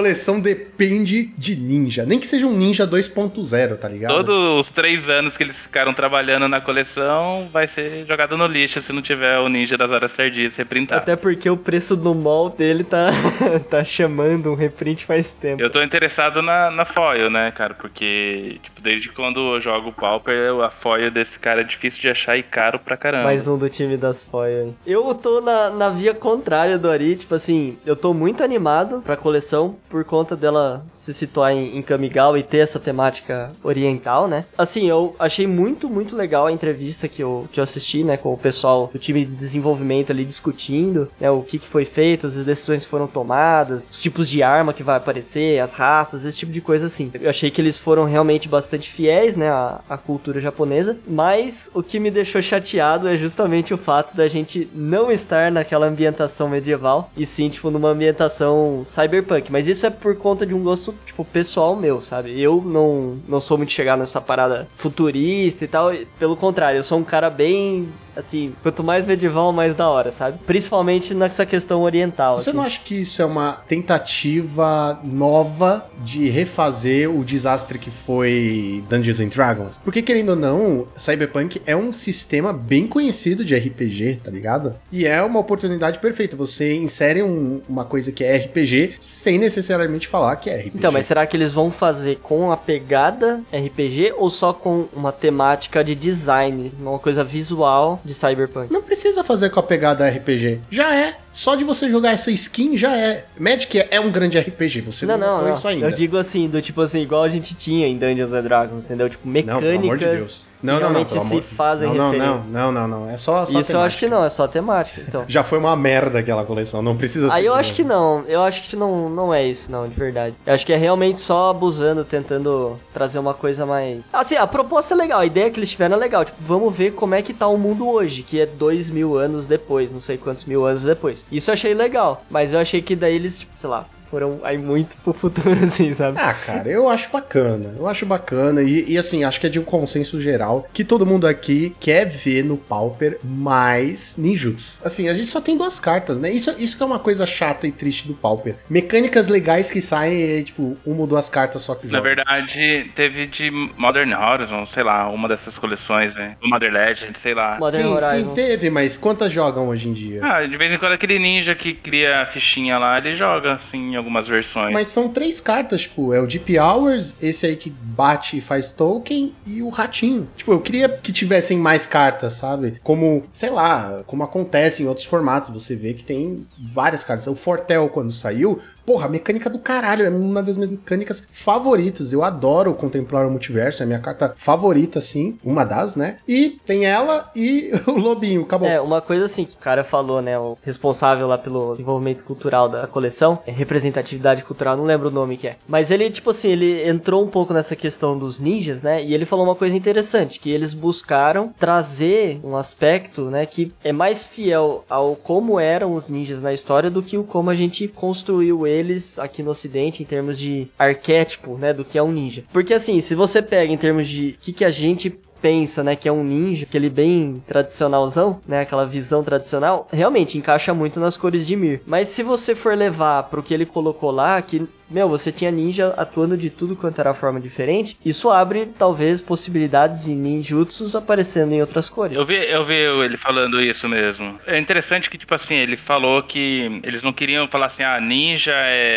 coleção depende de ninja. Nem que seja um ninja dois ponto zero, tá ligado? Todos os três anos que eles ficaram trabalhando na coleção vai ser jogado no lixo se não tiver o ninja das horas tardias reprintado. Até porque o preço do mall dele tá, tá chamando um reprint faz tempo. Eu tô interessado na, na foil, né, cara? Porque, tipo, desde quando eu jogo Pauper, a foil desse cara é difícil de achar e caro pra caramba. Mais um do time das foil. Eu tô na, na via contrária do Ari, tipo assim, eu tô muito animado pra coleção por conta dela se situar em, em Kamigawa e ter essa temática oriental, né? Assim, eu achei muito, muito legal a entrevista que eu, que eu assisti, né, com o pessoal do time de desenvolvimento ali discutindo, né, o que, que foi feito, as decisões que foram tomadas, os tipos de arma que vai aparecer, as raças, esse tipo de coisa assim. Eu achei que eles foram realmente bastante fiéis, né, à, à cultura japonesa, mas o que me deixou chateado é justamente o fato da gente não estar naquela ambientação medieval, e sim, tipo, numa ambientação cyberpunk, mas isso é por conta de um gosto, tipo, pessoal meu, sabe? Eu não, não sou muito chegado nessa parada futurista e tal, pelo contrário, eu sou um cara bem, assim, quanto mais medieval, mais da hora, sabe? Principalmente nessa questão oriental. Você assim. não acha que isso é uma tentativa nova de refazer o desastre que foi Dungeons and Dragons? Porque, querendo ou não, Cyberpunk é um sistema bem conhecido de R P G, tá ligado? E é uma oportunidade perfeita. Você insere um, uma coisa que é R P G sem necessariamente falar que é R P G. Então, mas será que eles vão fazer com a pegada R P G ou só com uma temática de design, uma coisa visual de Cyberpunk? Não precisa fazer com a pegada R P G. Já é. Só de você jogar essa skin já é. Magic é um grande R P G, você não, não, não, não, isso ainda. Eu digo assim, do tipo assim, igual a gente tinha em Dungeons and Dragons, entendeu? Tipo, mecânicas não, pelo amor de Deus. Não, não, não, realmente pelo se amor... fazem não, referência. Não, não, não, não, é só, só Isso temática. eu acho que não, é só temática, então. Já foi uma merda aquela coleção, não precisa ser. Aí eu acho que não, eu acho que não, não é isso não, de verdade. Eu acho que é realmente só abusando, tentando trazer uma coisa mais... Assim, a proposta é legal, a ideia que eles tiveram é legal, tipo, vamos ver como é que tá o mundo hoje, que é dois mil anos depois, não sei quantos mil anos depois. Isso eu achei legal, mas eu achei que daí eles, tipo, sei lá, foram aí muito pro futuro, assim, sabe? Ah, cara, eu acho bacana. Eu acho bacana. E, e assim, acho que é de um consenso geral que todo mundo aqui quer ver no Pauper mais ninjutsu. Assim, a gente só tem duas cartas, né? Isso, isso que é uma coisa chata e triste do Pauper. Mecânicas legais que saem, é, tipo, uma ou duas cartas só que Na joga. verdade, teve de Modern Horizon, sei lá, uma dessas coleções, né? O Mother Legend, sei lá. Modern Sim, Horizon. sim, teve, mas quantas jogam hoje em dia? Ah, de vez em quando aquele ninja que cria a fichinha lá, ele joga, assim, em algumas versões. Mas são três cartas, tipo, é o Deep Hours, esse aí que bate e faz token, e o ratinho. Tipo, eu queria que tivessem mais cartas, sabe? Como, sei lá, como acontece em outros formatos, você vê que tem várias cartas. O Fortel, quando saiu, porra, a mecânica do caralho, é uma das mecânicas favoritas. Eu adoro contemplar o multiverso, é a minha carta favorita, assim, uma das, né? E tem ela e o Lobinho, acabou. É, uma coisa assim que o cara falou, né, o responsável lá pelo desenvolvimento cultural da coleção, é representatividade cultural, não lembro o nome que é. Mas ele, tipo assim, ele entrou um pouco nessa questão dos ninjas, né, e ele falou uma coisa interessante, que eles buscaram trazer um aspecto, né, que é mais fiel ao como eram os ninjas na história do que o como a gente construiu eles aqui no ocidente em termos de arquétipo, né, do que é um ninja. Porque assim, se você pega em termos de o que, que a gente pensa, né, que é um ninja, aquele bem tradicionalzão, né, aquela visão tradicional, realmente encaixa muito nas cores de Mir. Mas se você for levar pro que ele colocou lá, que, meu, você tinha ninja atuando de tudo quanto era forma diferente, isso abre, talvez, possibilidades de ninjutsus aparecendo em outras cores. Eu vi, eu vi ele falando isso mesmo. É interessante que, tipo assim, ele falou que eles não queriam falar assim, ah, ninja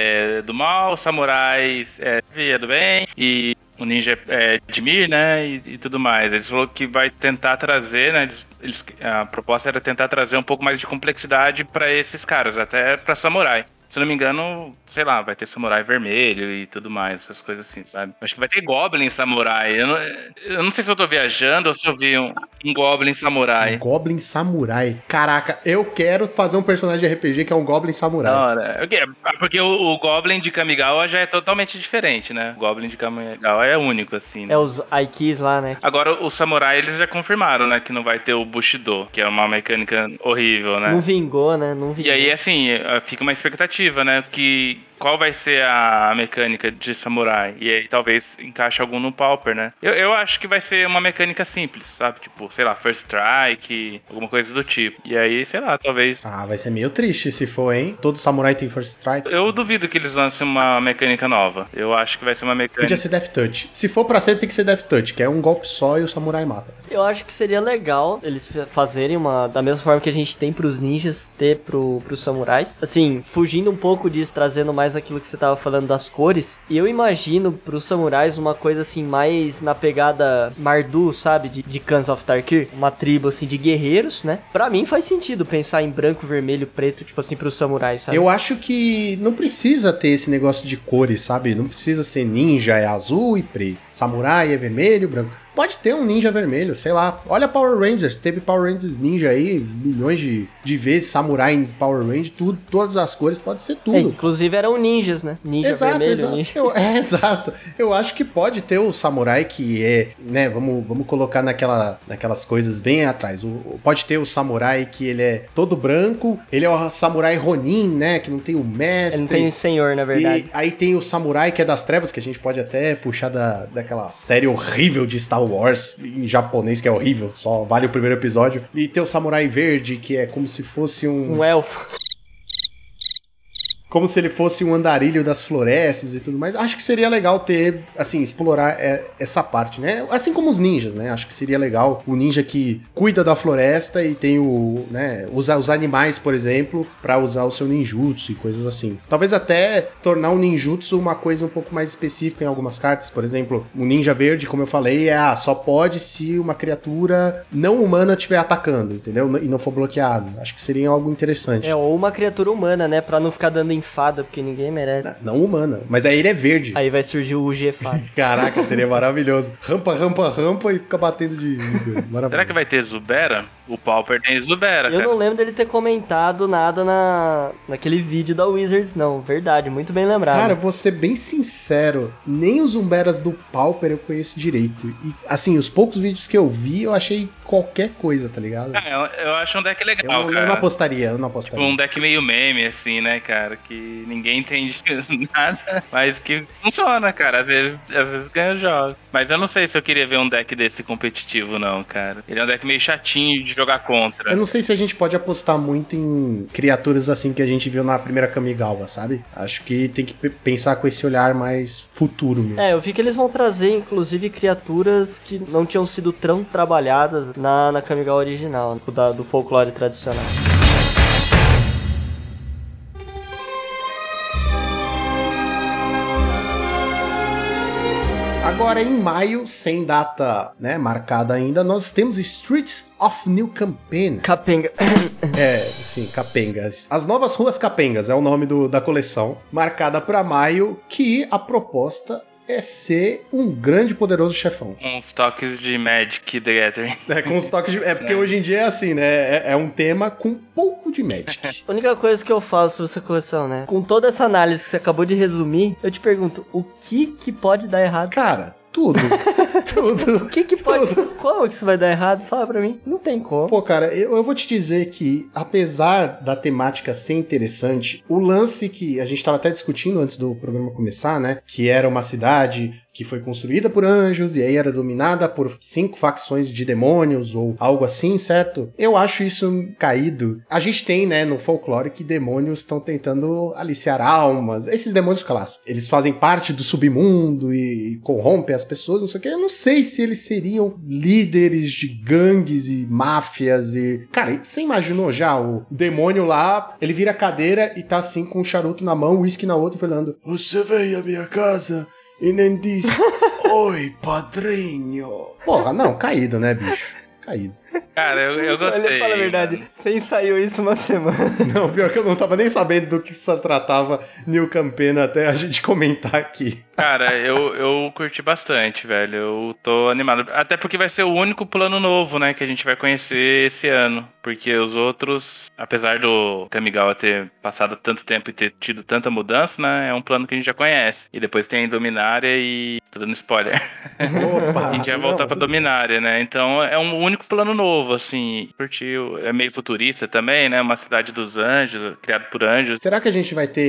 é do mal, samurais é, é do bem, e o ninja é de Mir, né, e, e tudo mais. Ele falou que vai tentar trazer, né, eles, eles, a proposta era tentar trazer um pouco mais de complexidade pra esses caras, até pra samurai. Se não me engano, sei lá, vai ter samurai vermelho e tudo mais, essas coisas assim, sabe? Acho que vai ter Goblin Samurai. Eu não, eu não sei se eu tô viajando ou se eu vi um, um Goblin Samurai. Um Goblin Samurai. Caraca, eu quero fazer um personagem de R P G que é um Goblin Samurai. Da hora. Porque o, o Goblin de Kamigawa já é totalmente diferente, né? O Goblin de Kamigawa é único, assim. Né? É os Aikis lá, né? Agora, o Samurai, eles já confirmaram, né? Que não vai ter o Bushido, que é uma mecânica horrível, né? Não vingou, né? Não vingou. E aí, assim, fica uma expectativa, né? Que qual vai ser a mecânica de samurai. E aí talvez encaixe algum no Pauper, né? Eu, eu acho que vai ser uma mecânica simples, sabe? Tipo, sei lá, First Strike, alguma coisa do tipo. E aí, sei lá, talvez... Ah, vai ser meio triste se for, hein? Todo samurai tem First Strike. Eu duvido que eles lancem uma mecânica nova. Eu acho que vai ser uma mecânica... Podia ser Death Touch. Se for pra ser, tem que ser Death Touch, que é um golpe só e o samurai mata. Eu acho que seria legal eles fazerem uma... Da mesma forma que a gente tem pros ninjas, ter pro, pros samurais. Assim, fugindo um pouco disso, trazendo mais aquilo que você tava falando das cores. E eu imagino pros samurais uma coisa assim, mais na pegada Mardu, sabe? De, de Khans of Tarkir. Uma tribo assim de guerreiros, né? Pra mim faz sentido pensar em branco, vermelho, preto, tipo assim, pros samurais, sabe? Eu acho que não precisa ter esse negócio de cores, sabe? Não precisa ser ninja é azul e preto. Samurai é vermelho, branco. Pode ter um ninja vermelho, sei lá. Olha Power Rangers, teve Power Rangers ninja aí, milhões de, de vezes, samurai em Power Rangers, tudo, todas as cores, pode ser tudo. É, inclusive eram ninjas, né? Ninja exato, vermelho, exato. ninja... Eu, é, exato. Eu acho que pode ter o samurai que é, né, vamos, vamos colocar naquela, naquelas coisas bem atrás. O, pode ter o samurai que ele é todo branco, ele é o samurai Ronin, né, que não tem o mestre. Ele não tem senhor, na verdade. E aí tem o samurai que é das trevas, que a gente pode até puxar da, daquela série horrível de Star Wars, em japonês, que é horrível, só vale o primeiro episódio. E tem o samurai verde, que é como se fosse um... Um elfo. Como se ele fosse um andarilho das florestas e tudo mais. Acho que seria legal ter, assim, explorar essa parte, né? Assim como os ninjas, né? Acho que seria legal o ninja que cuida da floresta e tem o, né, usa os animais, por exemplo, pra usar o seu ninjutsu e coisas assim. Talvez até tornar o ninjutsu uma coisa um pouco mais específica em algumas cartas. Por exemplo, o ninja verde, como eu falei, é ah, só pode se uma criatura não humana estiver atacando, entendeu? E não for bloqueado. Acho que seria algo interessante. É, ou uma criatura humana, né? Pra não ficar dando enfada, porque ninguém merece. Não, não humana, mas aí ele é verde. Aí vai surgir o U G fada. Caraca, seria maravilhoso. Rampa, rampa, rampa e fica batendo de... Maravilhoso. Será que vai ter Zubera? O Pauper tem Zubera, Eu cara. não lembro dele ter comentado nada na, naquele vídeo da Wizards, não. Verdade, muito bem lembrado. Cara, vou ser bem sincero, nem os Umberas do Pauper eu conheço direito. E, assim, os poucos vídeos que eu vi, eu achei qualquer coisa, tá ligado? Ah, eu, eu acho um deck Eu legal, não, cara. eu não apostaria, eu não apostaria. Tipo, um deck meio meme, assim, né, cara? Que ninguém entende nada, mas que funciona, cara. Às vezes, às vezes ganha jogos. Mas eu não sei se eu queria ver um deck desse competitivo, não, cara. Ele é um deck meio chatinho de jogar contra. Eu não sei se a gente pode apostar muito em criaturas assim que a gente viu na primeira Kamigawa, sabe? Acho que tem que p- pensar com esse olhar mais futuro mesmo. É, eu vi que eles vão trazer, inclusive, criaturas que não tinham sido tão trabalhadas na, na Kamigawa original, da, do folclore tradicional. Agora, em maio, sem data, né, marcada ainda, nós temos Streets of New Capenga. Capenga. É, sim, Capengas. As Novas Ruas Capengas é o nome do, da coleção, marcada para maio, que a proposta é ser um grande e poderoso chefão. Uns toques de Magic The Gathering. É, com os toques de... É porque hoje em dia é assim, né? É, é um tema com pouco de Magic. A única coisa que eu falo sobre essa coleção, né? Com toda essa análise que você acabou de resumir, eu te pergunto, o que que pode dar errado? Cara, tudo. Tudo. O que que pode... Tudo. Como que isso vai dar errado? Fala pra mim. Não tem como. Pô, cara, eu, eu vou te dizer que, apesar da temática ser interessante, o lance que a gente tava até discutindo antes do programa começar, né? Que era uma cidade que foi construída por anjos e aí era dominada por cinco facções de demônios ou algo assim, certo? Eu acho isso caído. A gente tem, né, no folclore que demônios estão tentando aliciar almas. Esses demônios clássicos. Eles fazem parte do submundo e corrompem as pessoas, não sei o que. Eu não sei se eles seriam líderes de gangues e máfias e... Cara, você imaginou já o demônio lá, ele vira a cadeira e tá assim com um charuto na mão, uísque na outra, falando: "Você veio à minha casa e nem disse oi, padrinho." Porra, não, caído, né, bicho? Caído. Cara, eu, eu gostei. Olha, fala a verdade, você ensaiou isso uma semana. Não, pior que eu não tava nem sabendo do que se tratava New Campena até a gente comentar aqui. Cara, eu, eu curti bastante, velho. Eu tô animado. Até porque vai ser o único plano novo, né, que a gente vai conhecer esse ano. Porque os outros, apesar do Kamigawa ter passado tanto tempo e ter tido tanta mudança, né, é um plano que a gente já conhece. E depois tem a Dominária e... Tô dando spoiler. Opa! A gente vai voltar pra Dominária, né? Então é um único plano novo, assim. Curtiu. É meio futurista também, né? Uma cidade dos anjos, criado por anjos. Será que a gente vai ter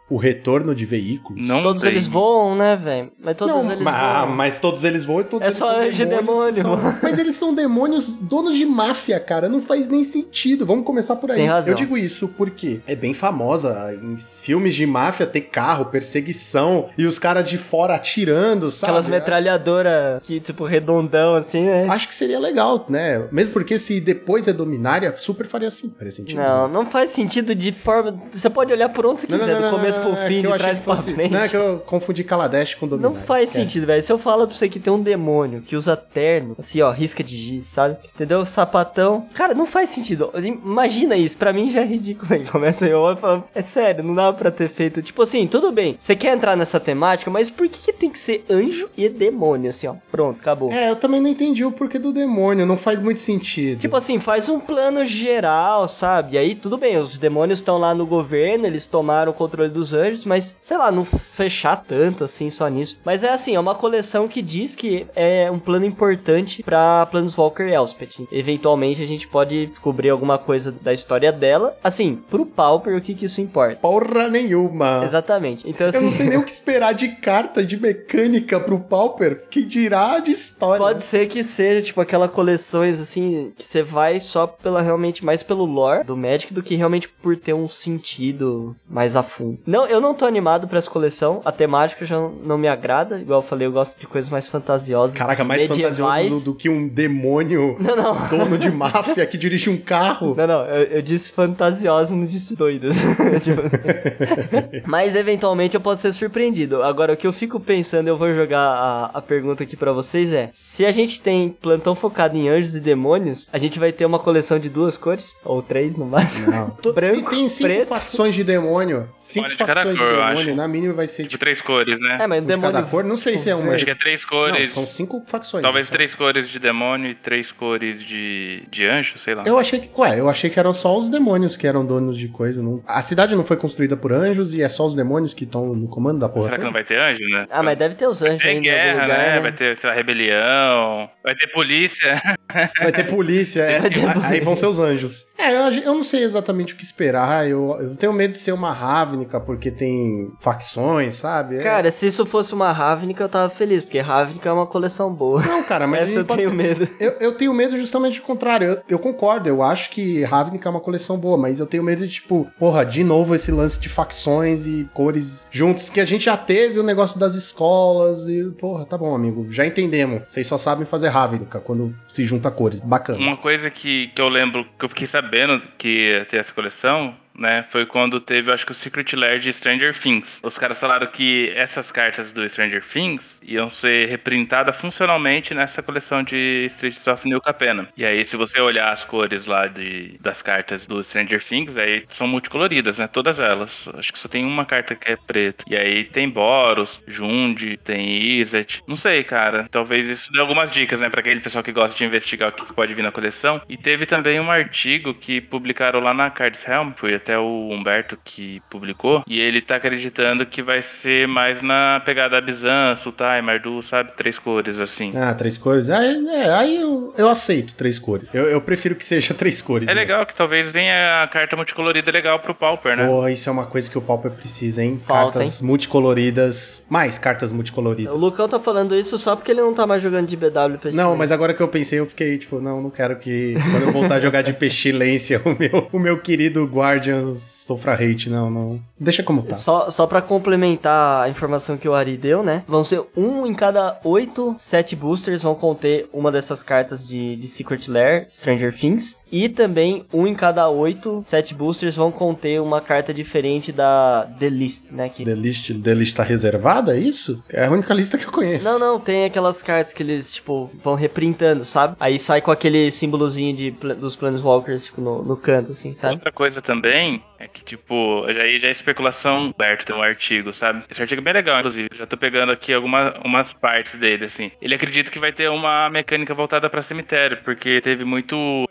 o retorno de veículos. Não Todos tem. eles voam, né, velho? Mas todos Não, eles ma- voam. mas todos eles voam e todos É eles só são anjo e demônios. que demônio, são- mano. Mas eles são demônios donos de máfia, cara. Não faz nem sentido. Vamos começar por aí. Tem razão. Eu digo isso porque é bem famosa em filmes de máfia ter carro, perseguição e os caras de fora atirando, sabe? Aquelas metralhadoras que, tipo, redondão, assim, né? Acho que seria legal, né? Mesmo porque se depois é Dominária, super faria assim. Faria sentido. Não, né? não faz sentido de forma... Você pode olhar por onde você Não, quiser, não, não, do começo não, pro é fim, que eu de achei trás que pra fosse- frente. Não, é que eu confundi Kaladesh com Dominária. Não faz Esquece. sentido, velho. Se eu falar pra você que tem um demônio que usa terno, assim, ó, risca de giz, sabe? Entendeu? Sapatão. Cara, não faz sentido. Imagina isso. Pra mim já é ridículo. Aí começa eu olho e falo, é sério, não dá pra ter feito. Tipo assim, tudo bem. Você quer entrar nessa temática, mas por que, que tem que ser anjo e demônio, assim, ó? Pronto, acabou. É, eu também não entendi o porquê do demônio. Não faz muito sentido. Tipo assim, faz um plano geral, sabe? E aí, tudo bem, os demônios estão lá no governo, eles tomaram o controle dos anjos, mas, sei lá, não fechar tanto assim só nisso. Mas é assim, é uma coleção que diz que é um plano importante pra Planeswalker Elspeth. Eventualmente a gente pode descobrir alguma coisa da história dela. Assim, pro Pauper, o que que isso importa? Porra nenhuma. Exatamente. Então, assim, Eu não sei nem o que esperar de carta, de mecânica pro Pauper, que dirá de história. pode ser que seja, tipo, aquela coleções, assim, que você vai só pela, realmente, mais pelo lore do Magic do que realmente por ter um sentido mais a fundo. Não, eu não tô animado pra essa coleção, a temática já não, não me agrada, igual eu falei, eu gosto de coisas mais fantasiosas. Caraca, mais medievais. fantasioso do, do que um demônio Não, não. dono de máfia que dirige um carro. Não, não, eu, eu disse fantasiosa, não disse doidas. Tipo assim. Mas eventualmente eu posso ser surpreendido. Agora, o que eu fico pensando, eu vou jogar a, a pergunta aqui pra vocês é: se a gente tem plantão focado em anjos e demônios, a gente vai ter uma coleção de duas cores? Ou três no máximo? Não. To- Branco, Se tem cinco preto. facções de demônio, cinco Olha, de cada facções cor, de eu demônio, acho. na mínima vai ser Tipo, tipo, três cores, né? É, mas um o de demônio. cada cor. Não sei se é uma. Acho que é três Não, cores. são cinco facções. Talvez né? três cores de demônio e três cores de, de anjo, sei lá. Eu achei que, ué, eu achei que eram só os demônios que eram donos de coisa. Não... A cidade não foi construída por anjos e é só os demônios que estão no comando da porra. Será que toda? não vai ter anjo, né? Ah, mas deve ter os anjos Vai ainda ter em algum guerra, lugar, né? né? Vai ter, sei lá, rebelião. Vai ter polícia. Vai ter polícia, é. Vai ter Aí- polícia. Aí vão ser os anjos. É, eu, eu não sei exatamente o que esperar. Eu, eu tenho medo de ser uma Ravnica porque tem facções, sabe? É- Cara, se isso fosse uma Ravnica, eu tava feliz, porque Ravnica é uma coleção boa. Não, cara, mas Essa eu pode tenho ser- medo. Eu, eu tenho medo justamente do contrário. Eu, eu concordo, eu acho que Ravnica é uma coleção boa, mas eu tenho medo de, tipo, porra, de novo esse lance de facções e cores juntos, que a gente já teve o negócio das escolas e, porra, tá bom, amigo, já entendemos. Vocês só sabem fazer Ravnica quando se junta cores. Bacana. Uma coisa que, que eu lembro, que eu fiquei sabendo que ia ter essa coleção, né, foi quando teve, eu acho que o Secret Lair de Stranger Things. Os caras falaram que essas cartas do Stranger Things iam ser reprintadas funcionalmente nessa coleção de Streets of New Capenna. E aí, se você olhar as cores lá de, das cartas do Stranger Things, aí são multicoloridas, né, todas elas. Acho que só tem uma carta que é preta. E aí tem Boros, Jund, tem Izzet. Não sei, cara. Talvez isso dê algumas dicas, né, pra aquele pessoal que gosta de investigar o que pode vir na coleção. E teve também um artigo que publicaram lá na Cards Helm, foi até o Humberto que publicou, e ele tá acreditando que vai ser mais na pegada Abzan, Sultai, Mardu, sabe? Três cores, assim. Ah, três cores? Ah, é, é, aí eu, eu aceito três cores. Eu, eu prefiro que seja três cores. É mesmo. legal que talvez venha a carta multicolorida legal pro Pauper, né? Porra, isso é uma coisa que o Pauper precisa, hein? Falta, Cartas multicoloridas. Mais cartas multicoloridas. O Lucão tá falando isso só porque ele não tá mais jogando de B W Pestilência. Não, mas agora que eu pensei, eu fiquei tipo, não, não quero que quando eu voltar a jogar de Pestilência, o meu, o meu querido Guardian sofra hate. Não, não. Deixa como tá. Só, só pra complementar a informação que o Ari deu, né? Vão ser um em cada oito set boosters vão conter uma dessas cartas de, de Secret Lair, Stranger Things. E também um em cada oito set boosters vão conter uma carta diferente da The List, né? Que... The List, The List tá reservada, é isso? É a única lista que eu conheço. Não, não, tem aquelas cartas que eles, tipo, vão reprintando, sabe? Aí sai com aquele símbolozinho de, pla- dos Planeswalkers, tipo, no, no canto, assim, sabe? Outra coisa também é que, tipo, já, já é especulação. Humberto tem um artigo, sabe? Esse artigo é bem legal, inclusive. Já tô pegando aqui algumas umas partes dele, assim. Ele acredita que vai ter uma mecânica voltada pra cemitério, porque teve muito hate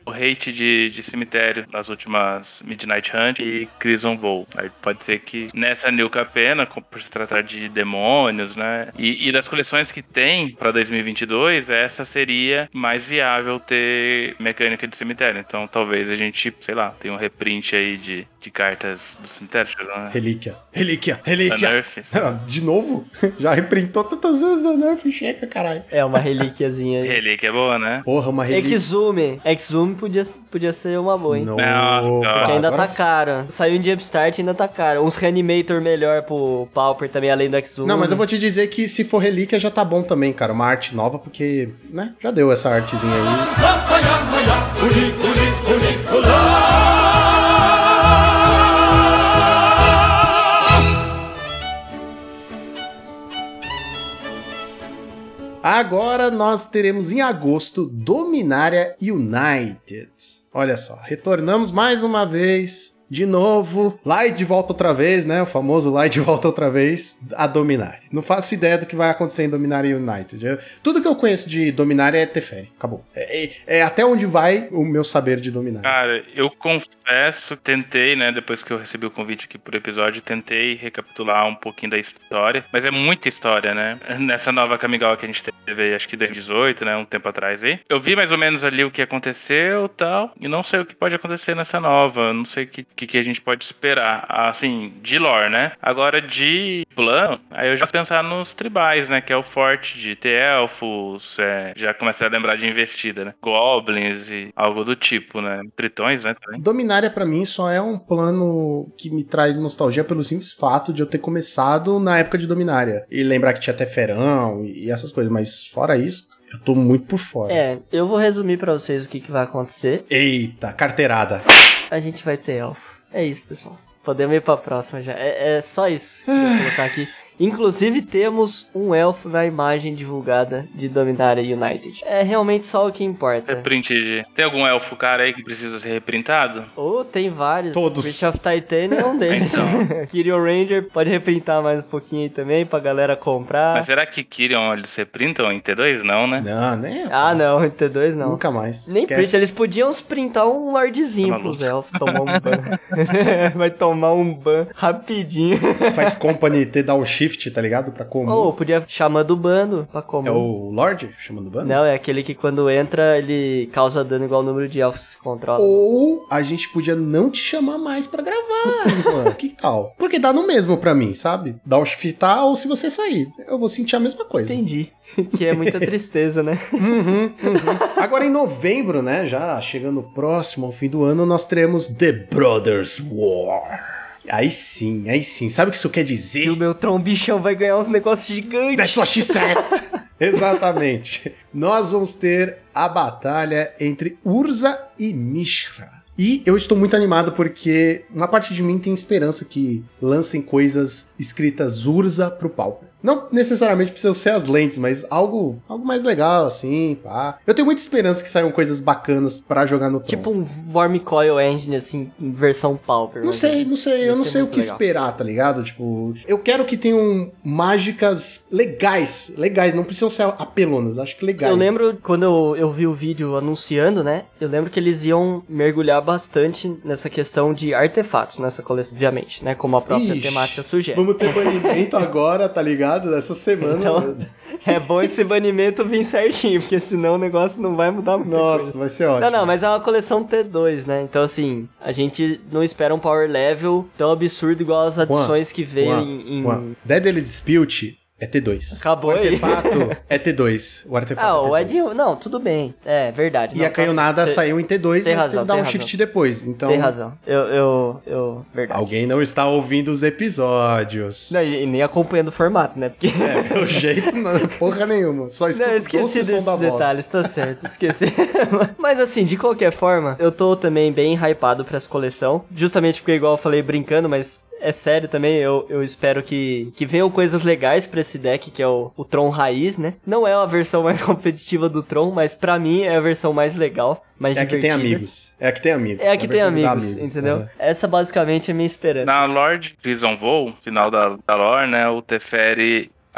reprint de, de cemitério nas últimas Midnight Hunt e Crimson Vow. Aí pode ser que nessa New Capenna, por se tratar de demônios, né? E, e das coleções que tem pra dois mil e vinte e dois, essa seria mais viável ter mecânica de cemitério. Então talvez a gente, sei lá, tenha um reprint aí de, de cartas do cemitério. Né? Relíquia. Relíquia. Relíquia. A Nerf. De novo? Já reprintou tantas vezes a Nerf, checa, caralho. É uma relíquiazinha aí. Relíquia é boa, né? Porra, uma relíquia. Exume. Exume podia, podia ser uma boa, hein? Não. Nossa, Porque ainda agora... tá caro. Saiu em Jumpstart, ainda tá caro. Uns Reanimator melhor pro Pauper também, além do Exume. Não, mas eu vou te dizer que se for relíquia já tá bom também, cara. Uma arte nova, porque, né? Já deu essa artezinha aí. Agora nós teremos em agosto Dominária United. Olha só, retornamos mais uma vez, de novo, lá e de volta outra vez, né? O famoso lá e de volta outra vez, a Dominária. Não faço ideia do que vai acontecer em Dominária United. Eu, tudo que eu conheço de Dominária é Teferi, acabou. É, é, é até onde vai o meu saber de Dominária. Cara, eu confesso, tentei, né, depois que eu recebi o convite aqui pro episódio, tentei recapitular um pouquinho da história, mas é muita história, né? Nessa nova Kamigawa que a gente teve, acho que em dois mil e dezoito, né, um tempo atrás aí. Eu vi mais ou menos ali o que aconteceu e tal, e não sei o que pode acontecer nessa nova, não sei o que que, que a gente pode esperar, assim, de lore, né? Agora, de plano, aí eu já pensar nos tribais, né? Que é o forte de ter elfos, é, já comecei a lembrar de investida, né? Goblins e algo do tipo, né? Tritões, né? Também. Dominária, pra mim, só é um plano que me traz nostalgia pelo simples fato de eu ter começado na época de Dominária. E lembrar que tinha Teferão e essas coisas, mas fora isso... Eu tô muito por fora. É, eu vou resumir pra vocês o que, que vai acontecer. Eita, carteirada. A gente vai ter elfo. É isso, pessoal. Podemos ir pra próxima já. É, é só isso que eu vou colocar aqui. Inclusive temos um elfo na imagem divulgada de Dominária United. É realmente só o que importa. Reprint de... Tem algum elfo cara aí que precisa ser reprintado? Ou tem vários. Todos. Breach of Titania é um deles. Então. Kyrion Ranger pode reprintar mais um pouquinho aí também pra galera comprar. Mas será que Kyrion eles reprintam em T dois? Não, né? Não, né? Ah, não, em T dois não. Nunca mais. Nem Esquece. Priest, eles podiam printar um lordzinho Tá pros maluco. elfos, tomar um ban. Vai tomar um ban rapidinho. Faz company ter dar o shift, tá ligado? Pra comum. Ou podia chamar do bando pra comum. É o Lorde chamando o bando? Não, é aquele que quando entra, ele causa dano igual ao número de elfos que se controla. Ou a gente podia não te chamar mais pra gravar, mano. Que tal? Porque dá no mesmo pra mim, sabe? Dá o shiftar ou se você sair. Eu vou sentir a mesma coisa. Entendi. Que é muita tristeza, né? Uhum, uhum. Agora em novembro, né? Já chegando próximo ao fim do ano, nós teremos The Brothers War. Aí sim, aí sim. Sabe o que isso quer dizer? E o meu trombichão vai ganhar uns negócios gigantes. That's what she said! Exatamente. Nós vamos ter a batalha entre Urza e Mishra. E eu estou muito animado porque uma parte de mim tem esperança que lancem coisas escritas Urza pro Pauper. Não necessariamente precisam ser as lentes, mas algo, algo mais legal, assim, pá. Eu tenho muita esperança que saiam coisas bacanas pra jogar no Tron. Tipo um Vormicoil Engine, assim, em versão Pauper. Não sei, não sei, eu não sei o que legal. esperar, tá ligado? Tipo, eu quero que tenham mágicas legais, legais, não precisam ser apelonas, acho que legais. Eu lembro, quando eu, eu vi o vídeo anunciando, né, eu lembro que eles iam mergulhar bastante nessa questão de artefatos nessa coleção, obviamente, né, como a própria Ixi, temática sugere. Vamos ter banimento agora, tá ligado? Dessa semana. Então, é bom esse banimento vir certinho, porque senão o negócio não vai mudar muito. Nossa, coisa. vai ser ótimo. Não, não, mas é uma coleção T dois, né? Então, assim, a gente não espera um power level tão absurdo igual as adições Juan, que veio Juan, em... em... Juan. Deadly Dispute é T dois. Acabou o aí. artefato é T dois. O artefato Ah, é T dois. o Ed... Não, tudo bem. É, verdade. E não, a canhonada tá... saiu em T dois, tem mas razão, tem que dar tem um razão. shift depois. Então... Tem razão. Eu, eu, eu... Verdade. Alguém não está ouvindo os episódios. Não, e, e nem acompanhando o formato, né? Porque... É, pelo jeito, não, porra nenhuma. Só escuta Não, eu o esqueci doce som desses da voz. detalhes, tá certo, esqueci. Mas assim, de qualquer forma, eu tô também bem hypado pra essa coleção. Justamente porque, igual eu falei brincando, mas é sério também, eu, eu espero que, que venham coisas legais pra esse deck, que é o, o Tron Raiz, né? Não é a versão mais competitiva do Tron, mas pra mim é a versão mais legal, mais É a que divertida. tem amigos. É a que tem amigos. É a que tem versão que dá amigos, entendeu? Uhum. Essa basicamente é a minha esperança. Na Lord Crimson Vow, final da, da lore, né, o Teferi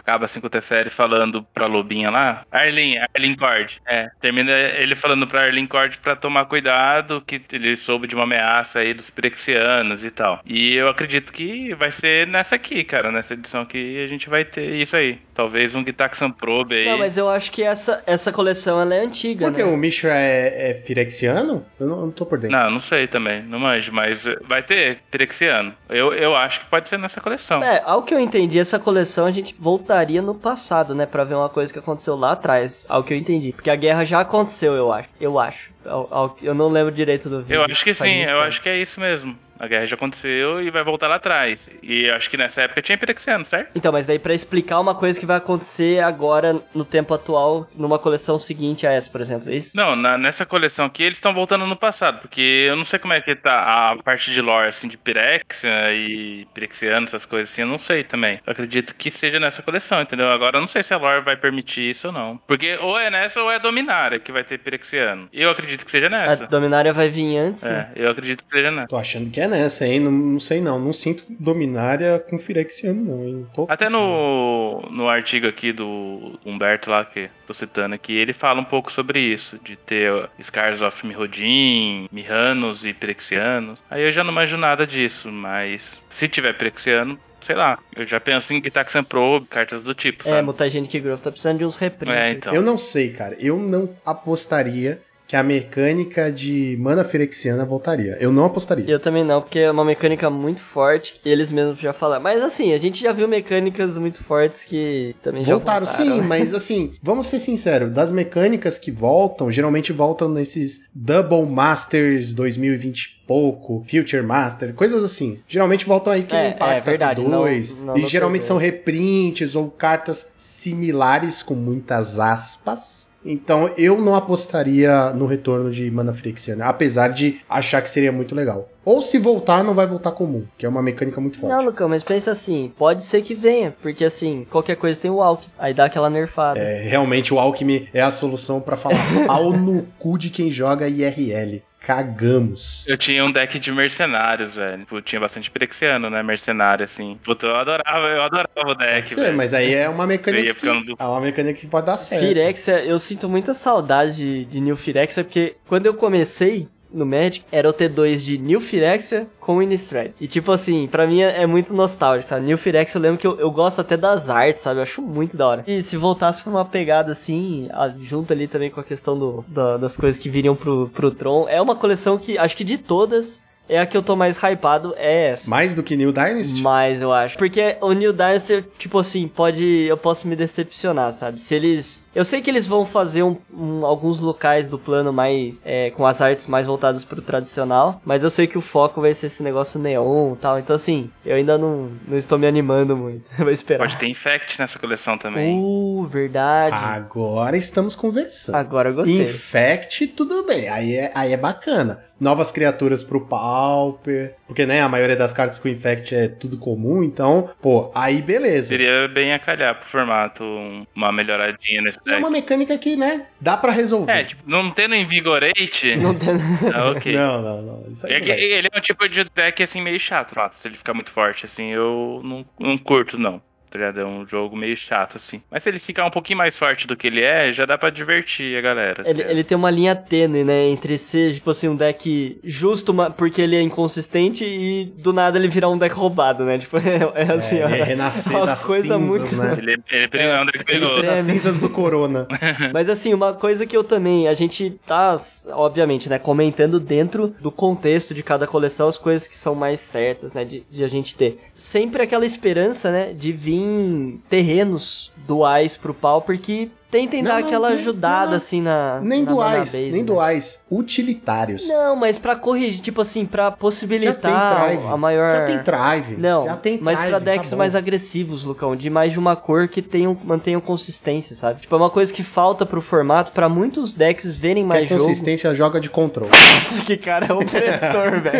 acaba assim com o Teferi falando pra Lobinha lá. Arlene, Arlene Cord. É, termina ele falando pra Arlene Cord pra tomar cuidado, que ele soube de uma ameaça aí dos Pirexianos e tal. E eu acredito que vai ser nessa aqui, cara, nessa edição aqui a gente vai ter isso aí. Talvez um Gitaxian Probe aí. Não, mas eu acho que essa, essa coleção ela é antiga, Porque né? o Mishra é, é firexiano? Eu não, não tô por dentro. Não, não sei também, não manjo, mas vai ter Pirexiano. Eu, eu acho que pode ser nessa coleção. É, ao que eu entendi, essa coleção a gente voltaria no passado, né? Pra ver uma coisa que aconteceu lá atrás, ao que eu entendi. Porque a guerra já aconteceu, eu acho. Eu acho. Ao, ao, eu não lembro direito do vídeo. Eu acho que sim, eu acho que é isso mesmo. A guerra já aconteceu e vai voltar lá atrás. E eu acho que nessa época tinha Pirexiano, certo? Então, mas daí pra explicar uma coisa que vai acontecer agora, no tempo atual, numa coleção seguinte a essa, por exemplo, é isso? Não, na, nessa coleção aqui eles estão voltando no passado, porque eu não sei como é que tá a parte de lore, assim, de Pirexia e Pirexiano, essas coisas assim, eu não sei também. Eu acredito que seja nessa coleção, entendeu? Agora eu não sei se a lore vai permitir isso ou não. Porque ou é nessa ou é Dominária que vai ter Pirexiano. Eu acredito que seja nessa. A Dominária vai vir antes, É, né? eu acredito que seja nessa. Tô achando que é nessa, hein? Não, não sei não. Não sinto Dominária com firexiano, não, hein? Tô Até sentindo. no, no artigo aqui do Humberto lá, que tô citando aqui, ele fala um pouco sobre isso, de ter uh, Scars of Mirrodin, Mirranos e Pirexianos. Aí eu já não manjo nada disso, mas se tiver Pirexiano, sei lá, eu já penso em Gitaxian Probe, cartas do tipo, É, sabe? Mutagenic Growth tá precisando de uns reprints. É, então. Eu não sei, cara. Eu não apostaria que a mecânica de mana firexiana voltaria. Eu não apostaria. Eu também não, porque é uma mecânica muito forte, eles mesmos já falaram. Mas assim, a gente já viu mecânicas muito fortes que também Voltaram, já voltaram. sim, mas assim, vamos ser sinceros, das mecânicas que voltam, geralmente voltam nesses Double Masters dois mil e vinte e pouco, Future Master, coisas assim. Geralmente voltam aí que É, nem Impacta é verdade, dois, não- não e notei geralmente bem. são reprints ou cartas similares com muitas aspas. Então eu não apostaria no retorno de mana firexiana, apesar de achar que seria muito legal. Ou se voltar, não vai voltar comum, que é uma mecânica muito forte. Não, Lucão, mas pensa assim, pode ser que venha, porque assim, qualquer coisa tem o Alck, aí dá aquela nerfada. É, realmente o Alckmin é a solução pra falar pau no cu de quem joga I R L. Cagamos. Eu tinha um deck de mercenários, velho. Tipo, tinha bastante Pirexiano, né? Mercenário, assim. Puta, eu adorava, eu adorava o deck, Sim, velho. mas aí é uma Você mecânica ia que, ficando- é uma mecânica que pode dar certo. Firexia, eu sinto muita saudade de, de New Firexia, porque quando eu comecei no Magic, era o T dois de New Firexia com Innistrad. E tipo assim, pra mim é, é muito nostálgico, sabe? New Firexia eu lembro que eu, eu gosto até das artes, sabe? Eu acho muito da hora. E se voltasse pra uma pegada assim, a, junto ali também com a questão do, da- das coisas que viriam pro, pro Tron, é uma coleção que, acho que de todas, é a que eu tô mais hypado, é essa. Mais do que New Dynasty? Mais, eu acho. Porque o New Dynasty, tipo assim, pode... Eu posso me decepcionar, sabe? Se eles... Eu sei que eles vão fazer um, um- alguns locais do plano mais... É, com as artes mais voltadas pro tradicional. Mas eu sei que o foco vai ser esse negócio neon e tal. Então, assim, eu ainda não, não estou me animando muito. Eu vou esperar. Pode ter Infect nessa coleção também. Uh, verdade. Agora estamos conversando. Agora eu gostei. Infect, tudo bem. Aí é, aí é bacana. Novas criaturas pro Pauper. Porque, né, a maioria das cartas com Infect é tudo comum. Então, pô, aí beleza. Seria bem a calhar pro formato um- uma melhoradinha nesse E é deck. uma mecânica que, né, dá pra resolver. É, tipo, não tendo Invigorate... Não tem... Ah, ok. Não, não, não. Isso aí É não que vai. ele é um tipo de deck, assim, meio chato, fato. Se ele ficar muito forte, assim, eu não, não curto, não. Tá ligado? É um jogo meio chato, assim. Mas se ele ficar um pouquinho mais forte do que ele é, já dá pra divertir a galera. tá Ele, ligado? ele tem uma linha tênue, né? Entre ser, tipo assim, um deck justo ma- porque ele é inconsistente e do nada ele virar um deck roubado, né? Tipo, é, é assim, É, ó. ele é renascer uma das coisa cinzas, muito... né? Ele, ele é, é um deck Ele perigoso. das Treme. cinzas do Corona. Mas assim, uma coisa que eu também, a gente tá, obviamente, né, comentando dentro do contexto de cada coleção as coisas que são mais certas, né, de, de a gente ter. Sempre aquela esperança, né, de vir terrenos duais pro Pauper que tentem Não, dar não, aquela nem- ajudada, não, não. assim, na Nem na mana duais, base, nem né? duais. Utilitários. Não, mas pra corrigir, tipo assim, pra Já tem possibilitar drive. a maior... Já tem drive. Não, já tem mas drive, pra tá decks bom. mais agressivos, Lucão, de mais de uma cor que tenham, mantenham consistência, sabe? Tipo, é uma coisa que falta pro formato pra muitos decks verem Quer mais jogo. consistência, joga de control. Nossa, que cara opressor, velho.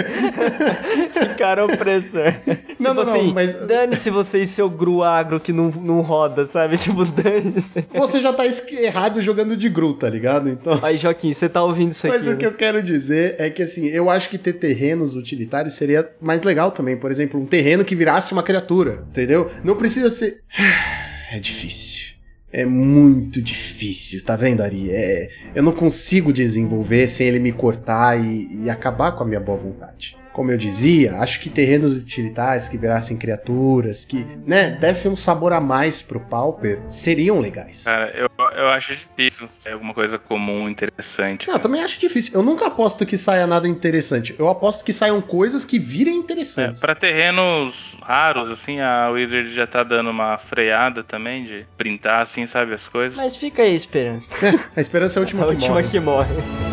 Que cara opressor. Não, tipo não, não, assim, mas- dane-se você e seu Gru agro que não, não roda, sabe? Tipo, dane-se. Você já tá es- errado jogando de Gru, tá ligado? Então... Aí, Joaquim, você tá ouvindo isso aqui, Mas o que né? eu quero dizer é que, assim, eu acho que ter terrenos utilitários seria mais legal também. Por exemplo, um terreno que virasse uma criatura, entendeu? Não precisa ser... É difícil. É muito difícil, tá vendo, Ari? É, eu não consigo desenvolver sem ele me cortar e, e acabar com a minha boa vontade. Como eu dizia, acho que terrenos utilitários que virassem criaturas, que, né, dessem um sabor a mais pro Pauper, seriam legais. Cara, eu, eu acho difícil ser alguma coisa comum, interessante. Não, eu também acho difícil. Eu nunca aposto que saia nada interessante. Eu aposto que saiam coisas que virem interessantes. É, pra terrenos raros, assim, a Wizard já tá dando uma freada também de printar, assim, sabe, as coisas. Mas fica aí a esperança. É, a esperança é a última a que última morre. que morre.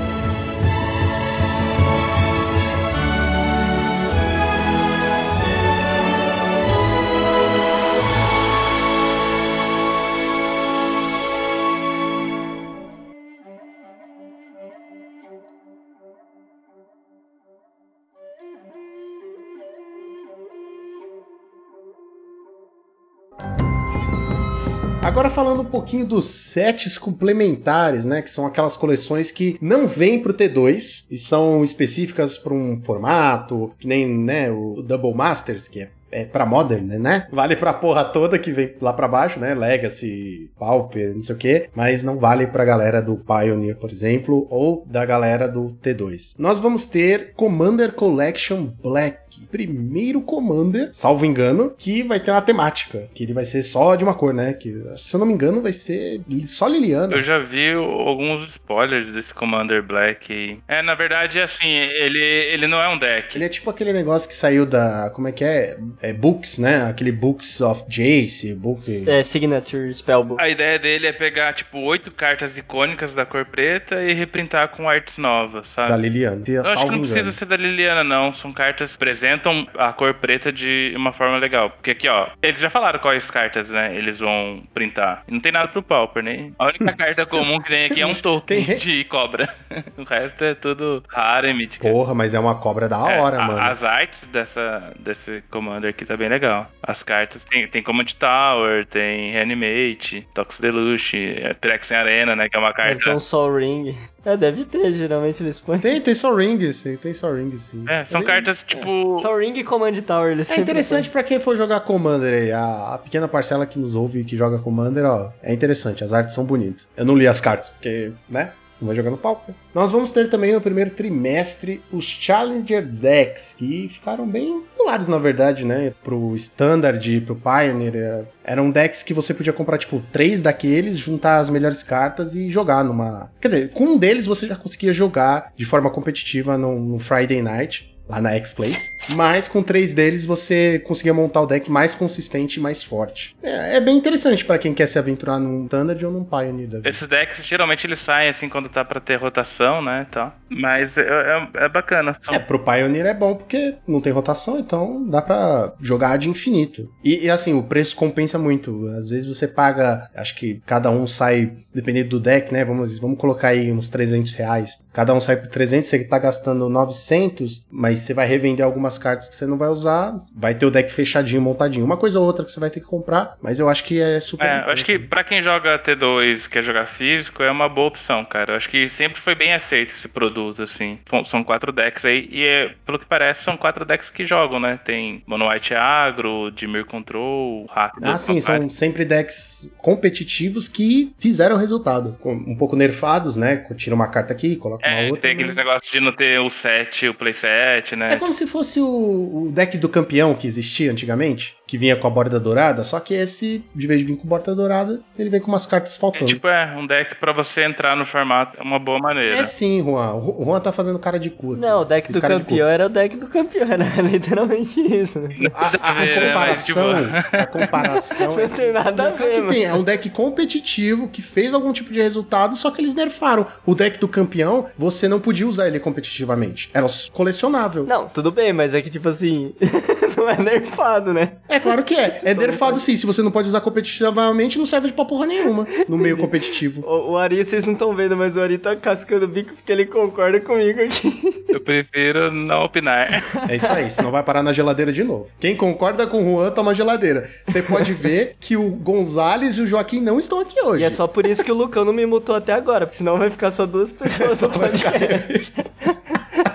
Agora falando um pouquinho dos sets complementares, né, que são aquelas coleções que não vêm pro T dois e são específicas para um formato, que nem, né, o Double Masters, que é É pra Modern, né? Vale pra porra toda que vem lá pra baixo, né? Legacy, Pauper, não sei o quê. Mas não vale pra galera do Pioneer, por exemplo, ou da galera do T dois. Nós vamos ter Commander Collection Black. Primeiro Commander, salvo engano, que vai ter uma temática. Que ele vai ser só de uma cor, né? Que, se eu não me engano, vai ser só Liliana. Eu já vi alguns spoilers desse Commander Black. É, na verdade, assim, ele, ele não é um deck. Ele é tipo aquele negócio que saiu da... Como é que é? É Books, né? Aquele Books of Jace, Book... É, Signature Spellbook. A ideia dele é pegar, tipo, oito cartas icônicas da cor preta e reprintar com artes novas, sabe? Da Liliana. Eu acho que não precisa ser da Liliana, não. São cartas que apresentam a cor preta de uma forma legal. Porque aqui, ó, eles já falaram quais cartas, né, eles vão printar. E não tem nada pro Pauper, né? A única carta comum que tem aqui é um token Tem... de cobra. O resto é tudo raro e mítica. Porra, mas é uma cobra da hora, é, a, mano. As artes dessa, desse Commander aqui tá bem legal. As cartas, tem, tem Command Tower, tem Reanimate, Tox Deluxe, é, Pyrexian Arena, né, que é uma carta... Então Sol Ring. É, deve ter, geralmente eles põem. Tem, tem Sol Ring, sim, tem Sol Ring, sim. É, são é, cartas, é. tipo... Sol Ring e Command Tower, eles É interessante pra quem for jogar Commander aí, a, a pequena parcela que nos ouve e que joga Commander, ó, é interessante, as artes são bonitas. Eu não li as cartas, porque, né, não vai jogar no palco. Nós vamos ter também no primeiro trimestre os Challenger Decks, que ficaram bem populares, na verdade, né, pro Standard e pro Pioneer. É, eram decks que você podia comprar, tipo, três daqueles, juntar as melhores cartas e jogar numa... Quer dizer, com um deles você já conseguia jogar de forma competitiva no, no Friday Night, lá na X-Place, mas com três deles você conseguia montar o deck mais consistente e mais forte. É, é bem interessante pra quem quer se aventurar num Standard ou num Pioneer da vida. Esses decks, geralmente, eles saem assim quando tá pra ter rotação, né, e tal. Mas é, é, é bacana. São... É, pro Pioneer é bom porque não tem rotação, então dá pra jogar de infinito. E, e assim, o preço compensa muito. Às vezes você paga, acho que cada um sai, dependendo do deck, né, vamos, vamos colocar aí uns trezentos reais. Cada um sai por trezentos, você tá gastando novecentos, mas você vai revender algumas cartas que você não vai usar, vai ter o deck fechadinho, montadinho. Uma coisa ou outra que você vai ter que comprar, mas eu acho que é super... É, eu acho que pra quem joga T dois, quer jogar físico, é uma boa opção, cara. Eu acho que sempre foi bem aceito esse produto, assim. São quatro decks aí, e é, pelo que parece, são quatro decks que jogam, né? Tem Mono White Agro, Dimir Control, Rápido... Ah, sim, são sempre decks competitivos que fizeram resultado. Um pouco nerfados, né? Tira uma carta aqui, coloca uma é, outra. Tem aqueles mas... negócios de não ter o set, o playset, né? É como se fosse o, o deck do campeão que existia antigamente, que vinha com a borda dourada, só que esse, de vez de vir com borda dourada, ele vem com umas cartas faltando. É tipo, é, um deck pra você entrar no formato é uma boa maneira. É sim, Juan. O Juan tá fazendo cara de cu aqui. Não, o deck do campeão era o deck do campeão, era literalmente isso. Né? A, a, a comparação, a comparação... Não tem nada a ver, que tem, é um deck competitivo que fez algum tipo de resultado, só que eles nerfaram. O deck do campeão, você não podia usar ele competitivamente. Era colecionável. Não, tudo bem, mas é que, tipo assim, não é nerfado, né? É claro que é. É nerfado sim. Se você não pode usar competitivamente, não serve de pra porra nenhuma no meio competitivo. O, o Ari, vocês não estão vendo, mas o Ari tá cascando o bico porque ele concorda comigo aqui. Eu prefiro não opinar. É isso aí, senão vai parar na geladeira de novo. Quem concorda com o Juan, toma geladeira. Você pode ver que o Gonzales e o Joaquim não estão aqui hoje. E é só por isso que o Lucão não me mutou até agora, porque senão vai ficar só duas pessoas no podcast.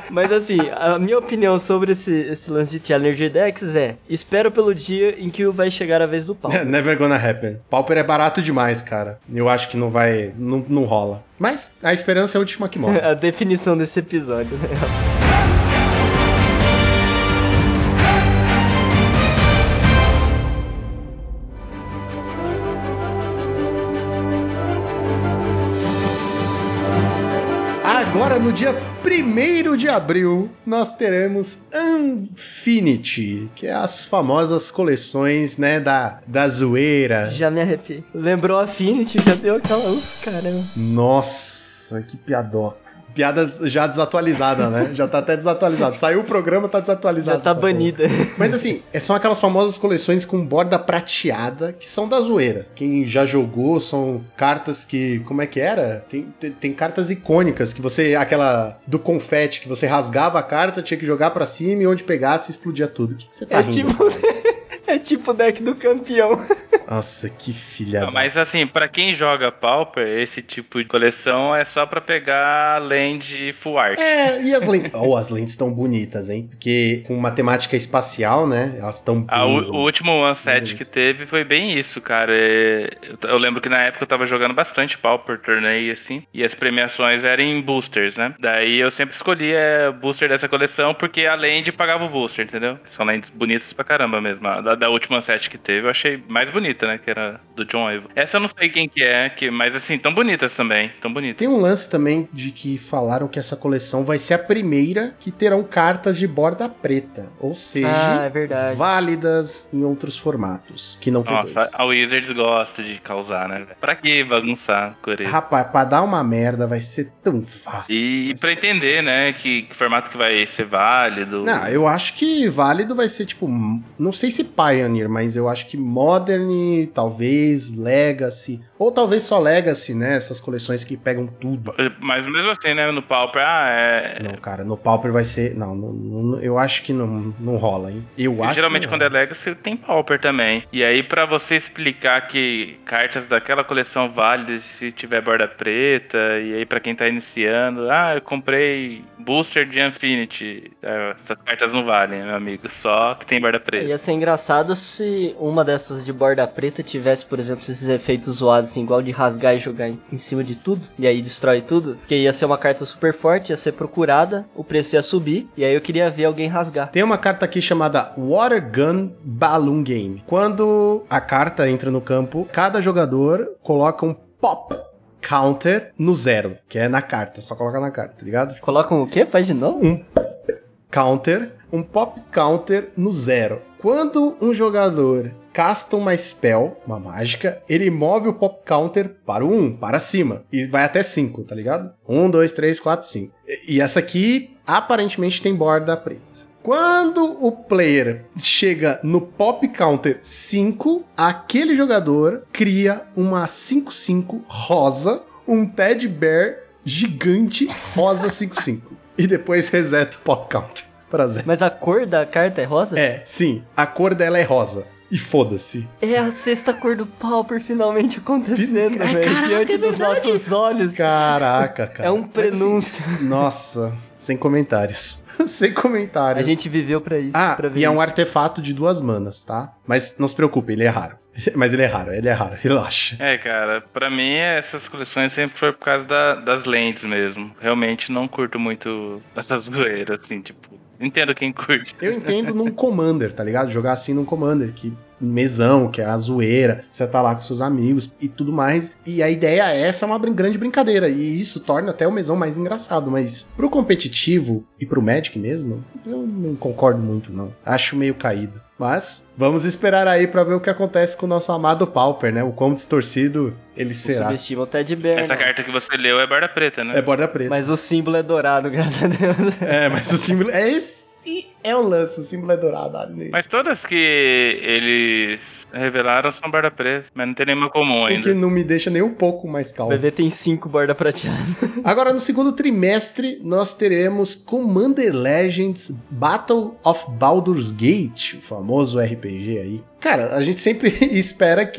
Mas assim, a minha opinião sobre esse, esse lance de Challenger Decks é: espero pelo dia em que vai chegar a vez do Pauper. Never gonna happen. Pauper é barato demais, cara. Eu acho que não vai... Não, não rola. Mas a esperança é a última que morre. A definição desse episódio, né? Agora, no dia primeiro de abril, nós teremos Unfinity, que é as famosas coleções, né, da, da zoeira. Já me arrepiei. Lembrou Affinity, já deu aquela... Uf, caramba. Nossa, que piadoca. Piada já desatualizada, né? Já tá até desatualizado. Saiu o programa, tá desatualizado. Já tá banida. Porra. Mas assim, são aquelas famosas coleções com borda prateada, que são da zoeira. Quem já jogou, são cartas que... Como é que era? Tem, tem, tem cartas icônicas, que você... Aquela do confete, que você rasgava a carta, tinha que jogar pra cima e onde pegasse explodia tudo. O que, que você tá é rindo? Tipo... É tipo o deck do campeão. Nossa, que filha da... Mas assim, pra quem joga Pauper, esse tipo de coleção é só pra pegar land full art. É, e as lentes... Oh, as lentes estão bonitas, hein? Porque com matemática espacial, né? Elas estão... Ah, o, o último One Set que teve foi bem isso, cara. Eu, eu lembro que na época eu tava jogando bastante Pauper, torneio, assim. E as premiações eram em boosters, né? Daí eu sempre escolhia booster dessa coleção porque a land pagava o booster, entendeu? São lentes bonitas pra caramba mesmo. Da, da última set que teve, eu achei mais bonita, né? Que era do John Evo. Essa eu não sei quem que é, que, mas assim, tão bonitas também. Tão bonitas. Tem um lance também de que falaram que essa coleção vai ser a primeira que terão cartas de borda preta. Ou seja, ah, é verdade. válidas em outros formatos. Que não tem Nossa, dois. a Wizards gosta de causar, né? Pra que bagunçar com ele? Rapaz, pra dar uma merda vai ser tão fácil. E pra entender, né? Que, que formato que vai ser válido. Não, eu acho que válido vai ser tipo... Não sei se Pioneer, mas eu acho que Modern, talvez, Legacy, ou talvez só Legacy, né? Essas coleções que pegam tudo. Mas mesmo assim, né? No Pauper, ah, é... Não, cara, no Pauper vai ser... Não, não, não eu acho que não, não rola, hein? Eu Porque acho geralmente que quando é Legacy tem Pauper também. E aí pra você explicar que cartas daquela coleção válida se tiver borda preta, e aí pra quem tá iniciando, ah, eu comprei booster de Infinity. Essas cartas não valem, meu amigo, só que tem borda preta. Ia ser engraçado se uma dessas de borda preta tivesse, por exemplo, esses efeitos zoados, assim, igual de rasgar e jogar em, em cima de tudo, e aí destrói tudo, porque ia ser uma carta super forte, ia ser procurada, o preço ia subir, e aí eu queria ver alguém rasgar. Tem uma carta aqui chamada Water Gun Balloon Game. Quando a carta entra no campo, cada jogador coloca um pop counter no zero, que é na carta, só coloca na carta, tá ligado? Colocam o quê? Faz de novo? Um counter, um pop counter no zero. Quando um jogador casta uma spell, uma mágica, ele move o pop counter para o um, para cima, e vai até cinco, tá ligado? um, dois, três, quatro, cinco. E essa aqui, aparentemente, tem borda preta. Quando o player chega no pop counter cinco, aquele jogador cria uma cinco cinco rosa, um Teddy Bear gigante rosa cinco cinco. E depois reseta o pop counter pra zero. Mas a cor da carta é rosa? É, sim. A cor dela é rosa. E foda-se. É a sexta cor do Pauper finalmente acontecendo, É, velho. caraca, Diante é dos verdade. nossos olhos. Caraca, cara. É um Mas, prenúncio. assim, nossa, sem comentários. Sem comentários. A gente viveu pra isso. Ah, pra ver e é um isso. artefato de duas manas, tá? Mas não se preocupe, ele é raro. Mas ele é raro, ele é raro, relaxa. É, cara, pra mim essas coleções sempre foi por causa da, das lentes mesmo. Realmente não curto muito essas zoeiras, assim, tipo... Entendo quem curte. Eu entendo num Commander, tá ligado? Jogar assim num Commander, que mesão, que é a zoeira, você tá lá com seus amigos e tudo mais. E a ideia é essa, é uma brin- grande brincadeira. E isso torna até o mesão mais engraçado. Mas pro competitivo e pro Magic mesmo, eu não concordo muito, não. Acho meio caído. Mas vamos esperar aí pra ver o que acontece com o nosso amado Pauper, né? O quão distorcido ele será. Subestima o Teddy Bear. Essa né? carta que você leu é borda preta, né? É borda preta. Mas o símbolo é dourado, graças a Deus. É, mas o símbolo... É esse é o lance, o símbolo é dourado. Ali. Mas todas que eles revelaram são borda preta, mas não tem nenhuma comum O ainda. que não me deixa nem um pouco mais calmo. Vai ver, tem cinco borda prateada. Agora, no segundo trimestre, nós teremos Commander Legends Battle of Baldur's Gate, o famoso R P G aí. Cara, a gente sempre espera que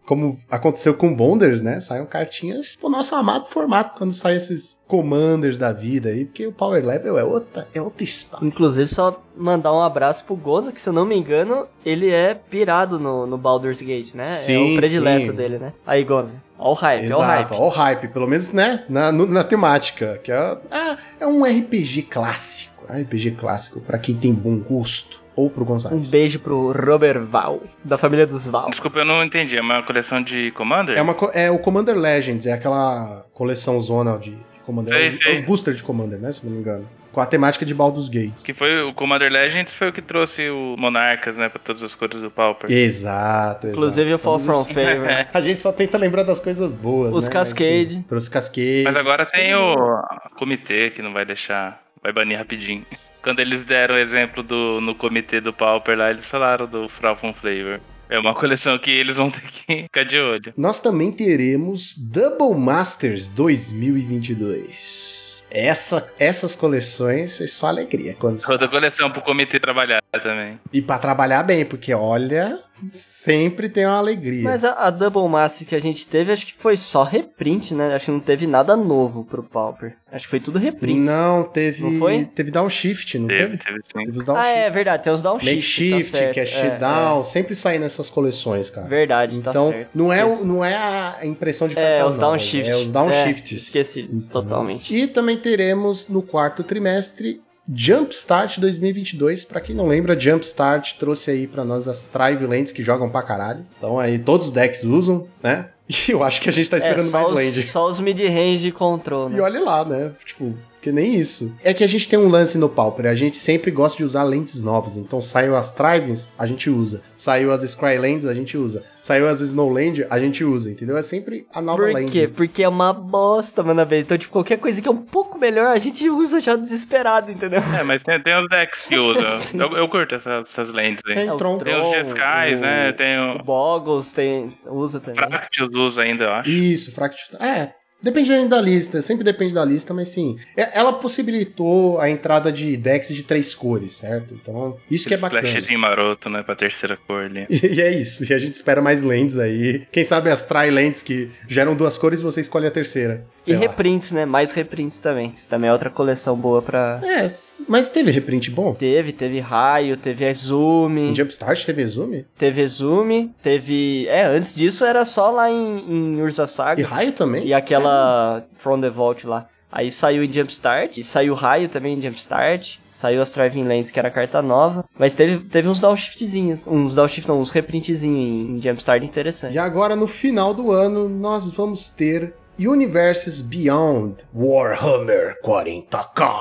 como aconteceu com Bonders, né? Saiam cartinhas pro nosso amado formato quando saem esses Commanders da vida aí, porque o Power Level é outra, é outra história. Inclusive, só mandar um abraço pro Goza, que se eu não me engano, ele é pirado no, no Baldur's Gate, né? Sim, é o predileto sim. dele, né? Aí, Goza, ó o hype, ó o hype. Exato, ó o hype, pelo menos, né, na, no- na temática, que é, ah, é um R P G clássico, R P G clássico pra quem tem bom gosto, ou pro Um Gonzalez. beijo pro Robert Val, da família dos Val. Desculpa, eu não entendi. É uma coleção de Commander? É, uma, co- é o Commander Legends, é aquela coleção zona de, de Commander, Sei, é os, sei. é os boosters de Commander, né, se não me engano, com a temática de Baldur's Gate. Que foi o Commander Legends, foi o que trouxe o Monarcas, né? Pra todas as cores do Pauper. Exato, exato. Inclusive o Fall Estamos- From Favor. A gente só tenta lembrar das coisas boas, Os né? Cascade. Mas, sim, trouxe Cascade. Mas agora tem o comitê que não vai deixar. Vai banir rapidinho. Quando eles deram o exemplo do, no comitê do Pauper lá, eles falaram do From Flavor. É uma coleção que eles vão ter que ficar de olho. Nós também teremos Double Masters dois mil e vinte e dois. Essa, essas coleções é só alegria. Quando sai. Outra coleção pro comitê trabalhar também. E pra trabalhar bem, porque olha, sempre tem uma alegria. Mas a, a Double Master que a gente teve, acho que foi só reprint, né? Acho que não teve nada novo pro Pauper. Acho que foi tudo reprint. Não, teve. Não foi? Teve downshift, não Teve, teve? teve sim. Teve os Ah, downshift. é verdade, tem os downshift. Makeshift, tá certo. que é shutdown, sempre sai nessas coleções, cara. Verdade, tá Então, certo. não, é, o- Esqueci. não é a impressão de É, cartão, os não, downshift. É os downshifts. É, esqueci, totalmente. E também teremos no quarto trimestre Jumpstart dois mil e vinte e dois. Pra quem não lembra, Jumpstart trouxe aí pra nós as Trive Lands que jogam pra caralho. Então aí todos os decks usam, né? E eu acho que a gente tá É, esperando só mais os, land. só os mid-range control, né? E olha lá, né? Tipo, que nem isso. É que a gente tem um lance no Pauper, a gente sempre gosta de usar lentes novas. Então saiu as Trivens, a gente usa. Saiu as Scrylands, a gente usa. Saiu as Snowland, a gente usa, entendeu? É sempre a nova Por land. quê? Porque é uma bosta, mano, velho. Então, tipo, qualquer coisa que é um pouco melhor, a gente usa já desesperado, entendeu? É, mas tem, tem os decks que usam. Sim. Eu, eu curto essas, essas lentes aí. Tem É, o Tron. Tem os Tron, Jeskai, o- né? Tem O o Boggles tem, usa também. Fractus usa ainda, eu acho. Isso, Fract... É, depende ainda da lista, sempre depende da lista, mas sim. É- Ela possibilitou a entrada de decks de três cores, certo? Então, isso que é bacana. Splashzinho maroto, né? Pra terceira cor ali. E é isso, e a gente espera mais lands aí. Quem sabe as tri-lands que geram duas cores, você escolhe a terceira. E sei lá. reprints, né? Mais reprints também. Isso também é outra coleção boa pra... É, mas teve reprint bom? Teve, teve Raio, teve Exume, Em Jumpstart teve Exume? teve Exume, teve... É, antes disso era só lá em, em Urza E Saga. Raio também? E aquela From the Vault lá. Aí saiu em Jumpstart, e saiu Raio também em Jumpstart. Saiu as Thriving Lands, que era a carta nova. Mas teve, teve uns downshiftzinhos. Uns downshift não, uns reprintzinhos em, em Jumpstart interessantes. E agora, no final do ano, nós vamos ter Universes Beyond Warhammer quarenta K.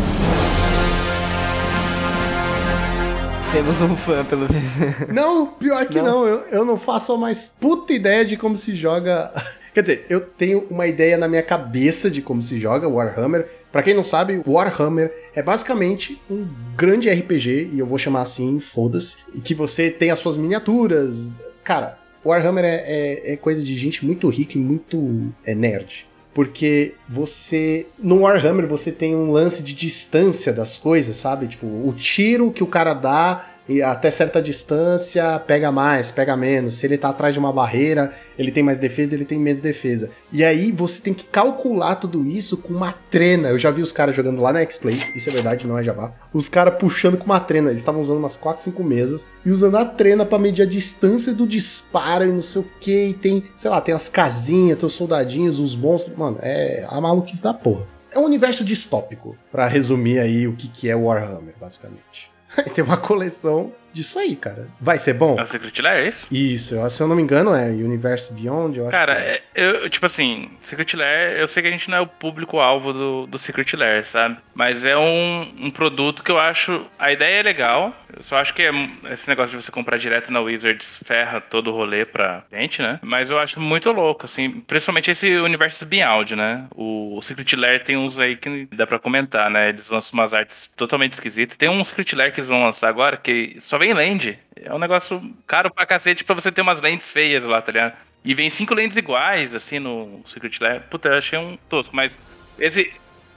Temos um fã, pelo menos. Não, pior que não, Não? eu, eu não faço a mais puta ideia de como se joga. Quer dizer, eu tenho uma ideia na minha cabeça de como se joga Warhammer. Pra quem não sabe, Warhammer é basicamente um grande R P G, e eu vou chamar assim, foda-se, e que você tem as suas miniaturas. Cara, Warhammer é, é, é coisa de gente muito rica e muito é, nerd. Porque você, no Warhammer, você tem um lance de distância das coisas, sabe? Tipo, o tiro que o cara dá e até certa distância pega mais, pega menos. Se ele tá atrás de uma barreira, ele tem mais defesa, ele tem menos defesa. E aí você tem que calcular tudo isso com uma trena. Eu já vi os caras jogando lá na X-Plays, isso é verdade, não é jabá. Os caras puxando com uma trena. Eles estavam usando umas quatro, cinco mesas e usando a trena pra medir a distância do disparo e não sei o que. E tem, sei lá, tem as casinhas, tem os soldadinhos, os monstros. Mano, é a maluquice da porra. É um universo distópico, pra resumir aí o que, que é Warhammer, basicamente. Tem uma coleção disso aí, cara. Vai ser bom? É o Secret Lair, é isso? Isso, eu- se eu não me engano, é Universo Beyond, eu acho Cara, que é. é- eu, tipo assim, Secret Lair, eu sei que a gente não é o público-alvo do, do Secret Lair, sabe? Mas é um, um produto que eu acho. A ideia é legal. Eu só acho que é, esse negócio de você comprar direto na Wizards ferra todo o rolê pra gente, né? Mas eu acho muito louco, assim. Principalmente esse Universo Beyond, né? O, o Secret Lair tem uns aí que dá pra comentar, né? Eles lançam umas artes totalmente esquisitas. Tem um Secret Lair que eles vão lançar agora que só vem land. É um negócio caro pra cacete pra você ter umas lentes feias lá, tá ligado? E vem cinco lentes iguais, assim, no Secret Lair. Puta, eu achei um tosco, mas esse...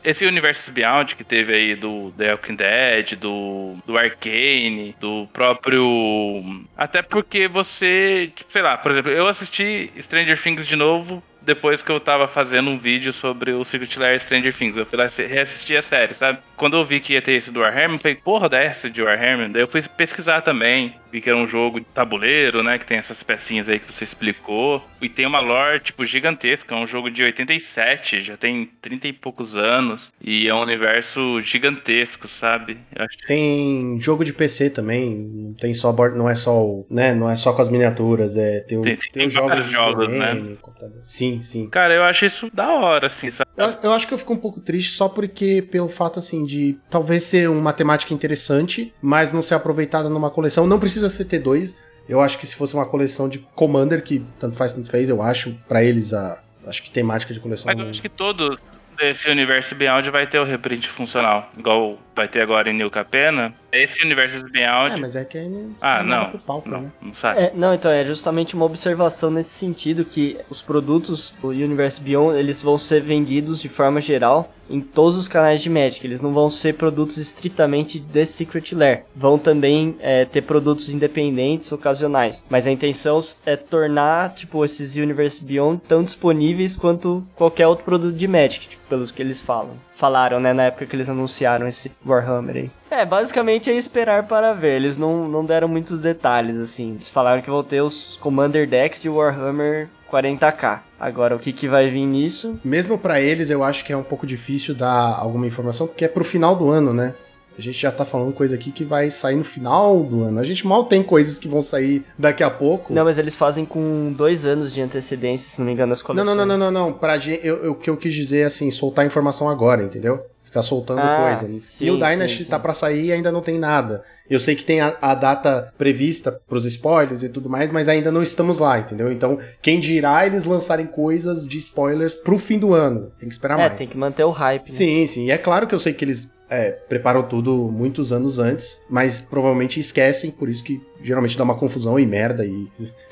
esse Universe Beyond que teve aí do The Walking Dead, do, do Arcane, do próprio... Até porque você, tipo, sei lá, por exemplo, eu assisti Stranger Things de novo depois que eu tava fazendo um vídeo sobre o Secret Lair Stranger Things. Eu fui lá reassistir a série, sabe? Quando eu vi que ia ter esse do Warhammer, eu falei, porra, dessa de Warhammer. Daí eu fui pesquisar também. Vi que era um jogo de tabuleiro, né? Que tem essas pecinhas aí que você explicou. E tem uma lore, tipo, gigantesca. É um jogo de oitenta e sete, já tem trinta e poucos anos. E é um universo gigantesco, sabe? Eu acho... Tem jogo de P C também. Não tem só board, não é só, o, né? Não é só com as miniaturas. É, tem, o, tem, tem, tem, tem vários jogos, videogame, né? Computador. Sim, sim. Cara, eu acho isso da hora, assim, sabe? Eu, eu acho que eu fico um pouco triste só porque, pelo fato, assim, de talvez ser uma temática interessante, mas não ser aproveitada numa coleção. Não precisa ser T dois. Eu acho que se fosse uma coleção de Commander, que tanto faz, tanto fez, eu acho, pra eles, a, acho que temática de coleção... Mas eu acho que todos desse universo Beyond vai ter o reprint funcional, igual vai ter agora em New Capenna. Esse universo Beyond... É, mas é que aí não... Ah, não, pro palco, não, né? não sabe. É, não, então é justamente uma observação nesse sentido que os produtos do Universe Beyond, eles vão ser vendidos de forma geral em todos os canais de Magic. Eles não vão ser produtos estritamente de Secret Lair. Vão também é, ter produtos independentes, ocasionais. Mas a intenção é tornar, tipo, esses Universe Beyond tão disponíveis quanto qualquer outro produto de Magic, tipo, pelos que eles falam. Falaram, né, na época que eles anunciaram esse Warhammer aí. É, basicamente é esperar para ver. Eles não, não deram muitos detalhes, assim. Eles falaram que vão ter os Commander Decks de Warhammer quarenta K. Agora, o que, que vai vir nisso? Mesmo pra eles, eu acho que é um pouco difícil dar alguma informação, porque é pro final do ano, né? A gente já tá falando coisa aqui que vai sair no final do ano. A gente mal tem coisas que vão sair daqui a pouco. Não, mas eles fazem com dois anos de antecedência, se não me engano, as coleções. Não, não, não, não, não, não. Pra, eu, eu, o que eu quis dizer é assim, soltar informação agora, entendeu? Ficar soltando ah, coisa. Sim, New Dynasty sim, sim. tá pra sair e ainda não tem nada. Eu sei que tem a, a data prevista pros spoilers e tudo mais, mas ainda não estamos lá, entendeu? Então, quem dirá eles lançarem coisas de spoilers pro fim do ano? Tem que esperar é, mais. É, tem que manter o hype. Né? Sim, sim. E é claro que eu sei que eles é, preparam tudo muitos anos antes, mas provavelmente esquecem, por isso que geralmente dá uma confusão e merda e,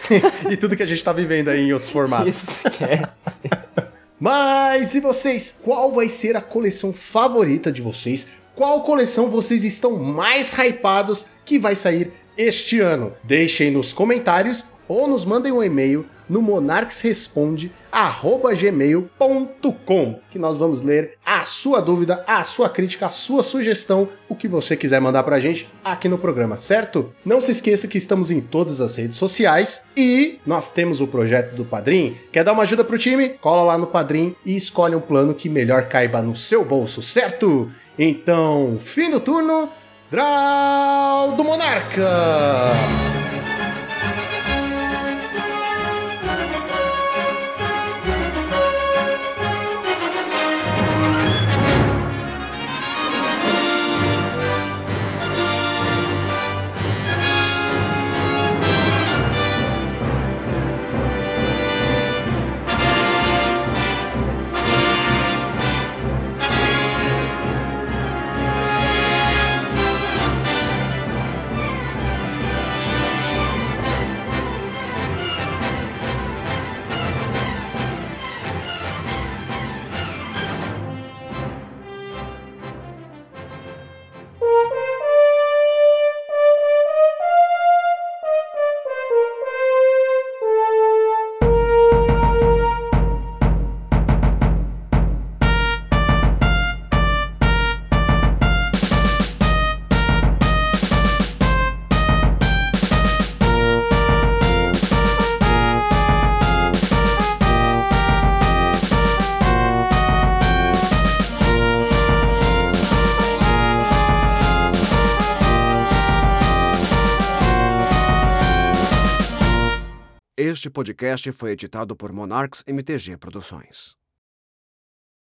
e tudo que a gente tá vivendo aí em outros formatos. Esquece. Mas e vocês? Qual vai ser a coleção favorita de vocês? Qual coleção vocês estão mais hypados que vai sair este ano? Deixem nos comentários ou nos mandem um e-mail no monarquesresponde arroba gmail ponto com, que nós vamos ler a sua dúvida, a sua crítica, a sua sugestão, o que você quiser mandar pra gente aqui no programa, certo? Não se esqueça que estamos em todas as redes sociais e nós temos o projeto do Padrim. Quer dar uma ajuda pro time? Cola lá no Padrim e escolhe um plano que melhor caiba no seu bolso, certo? Então, fim do turno, Draw do Monarca! Este podcast foi editado por Monarchs M T G Produções.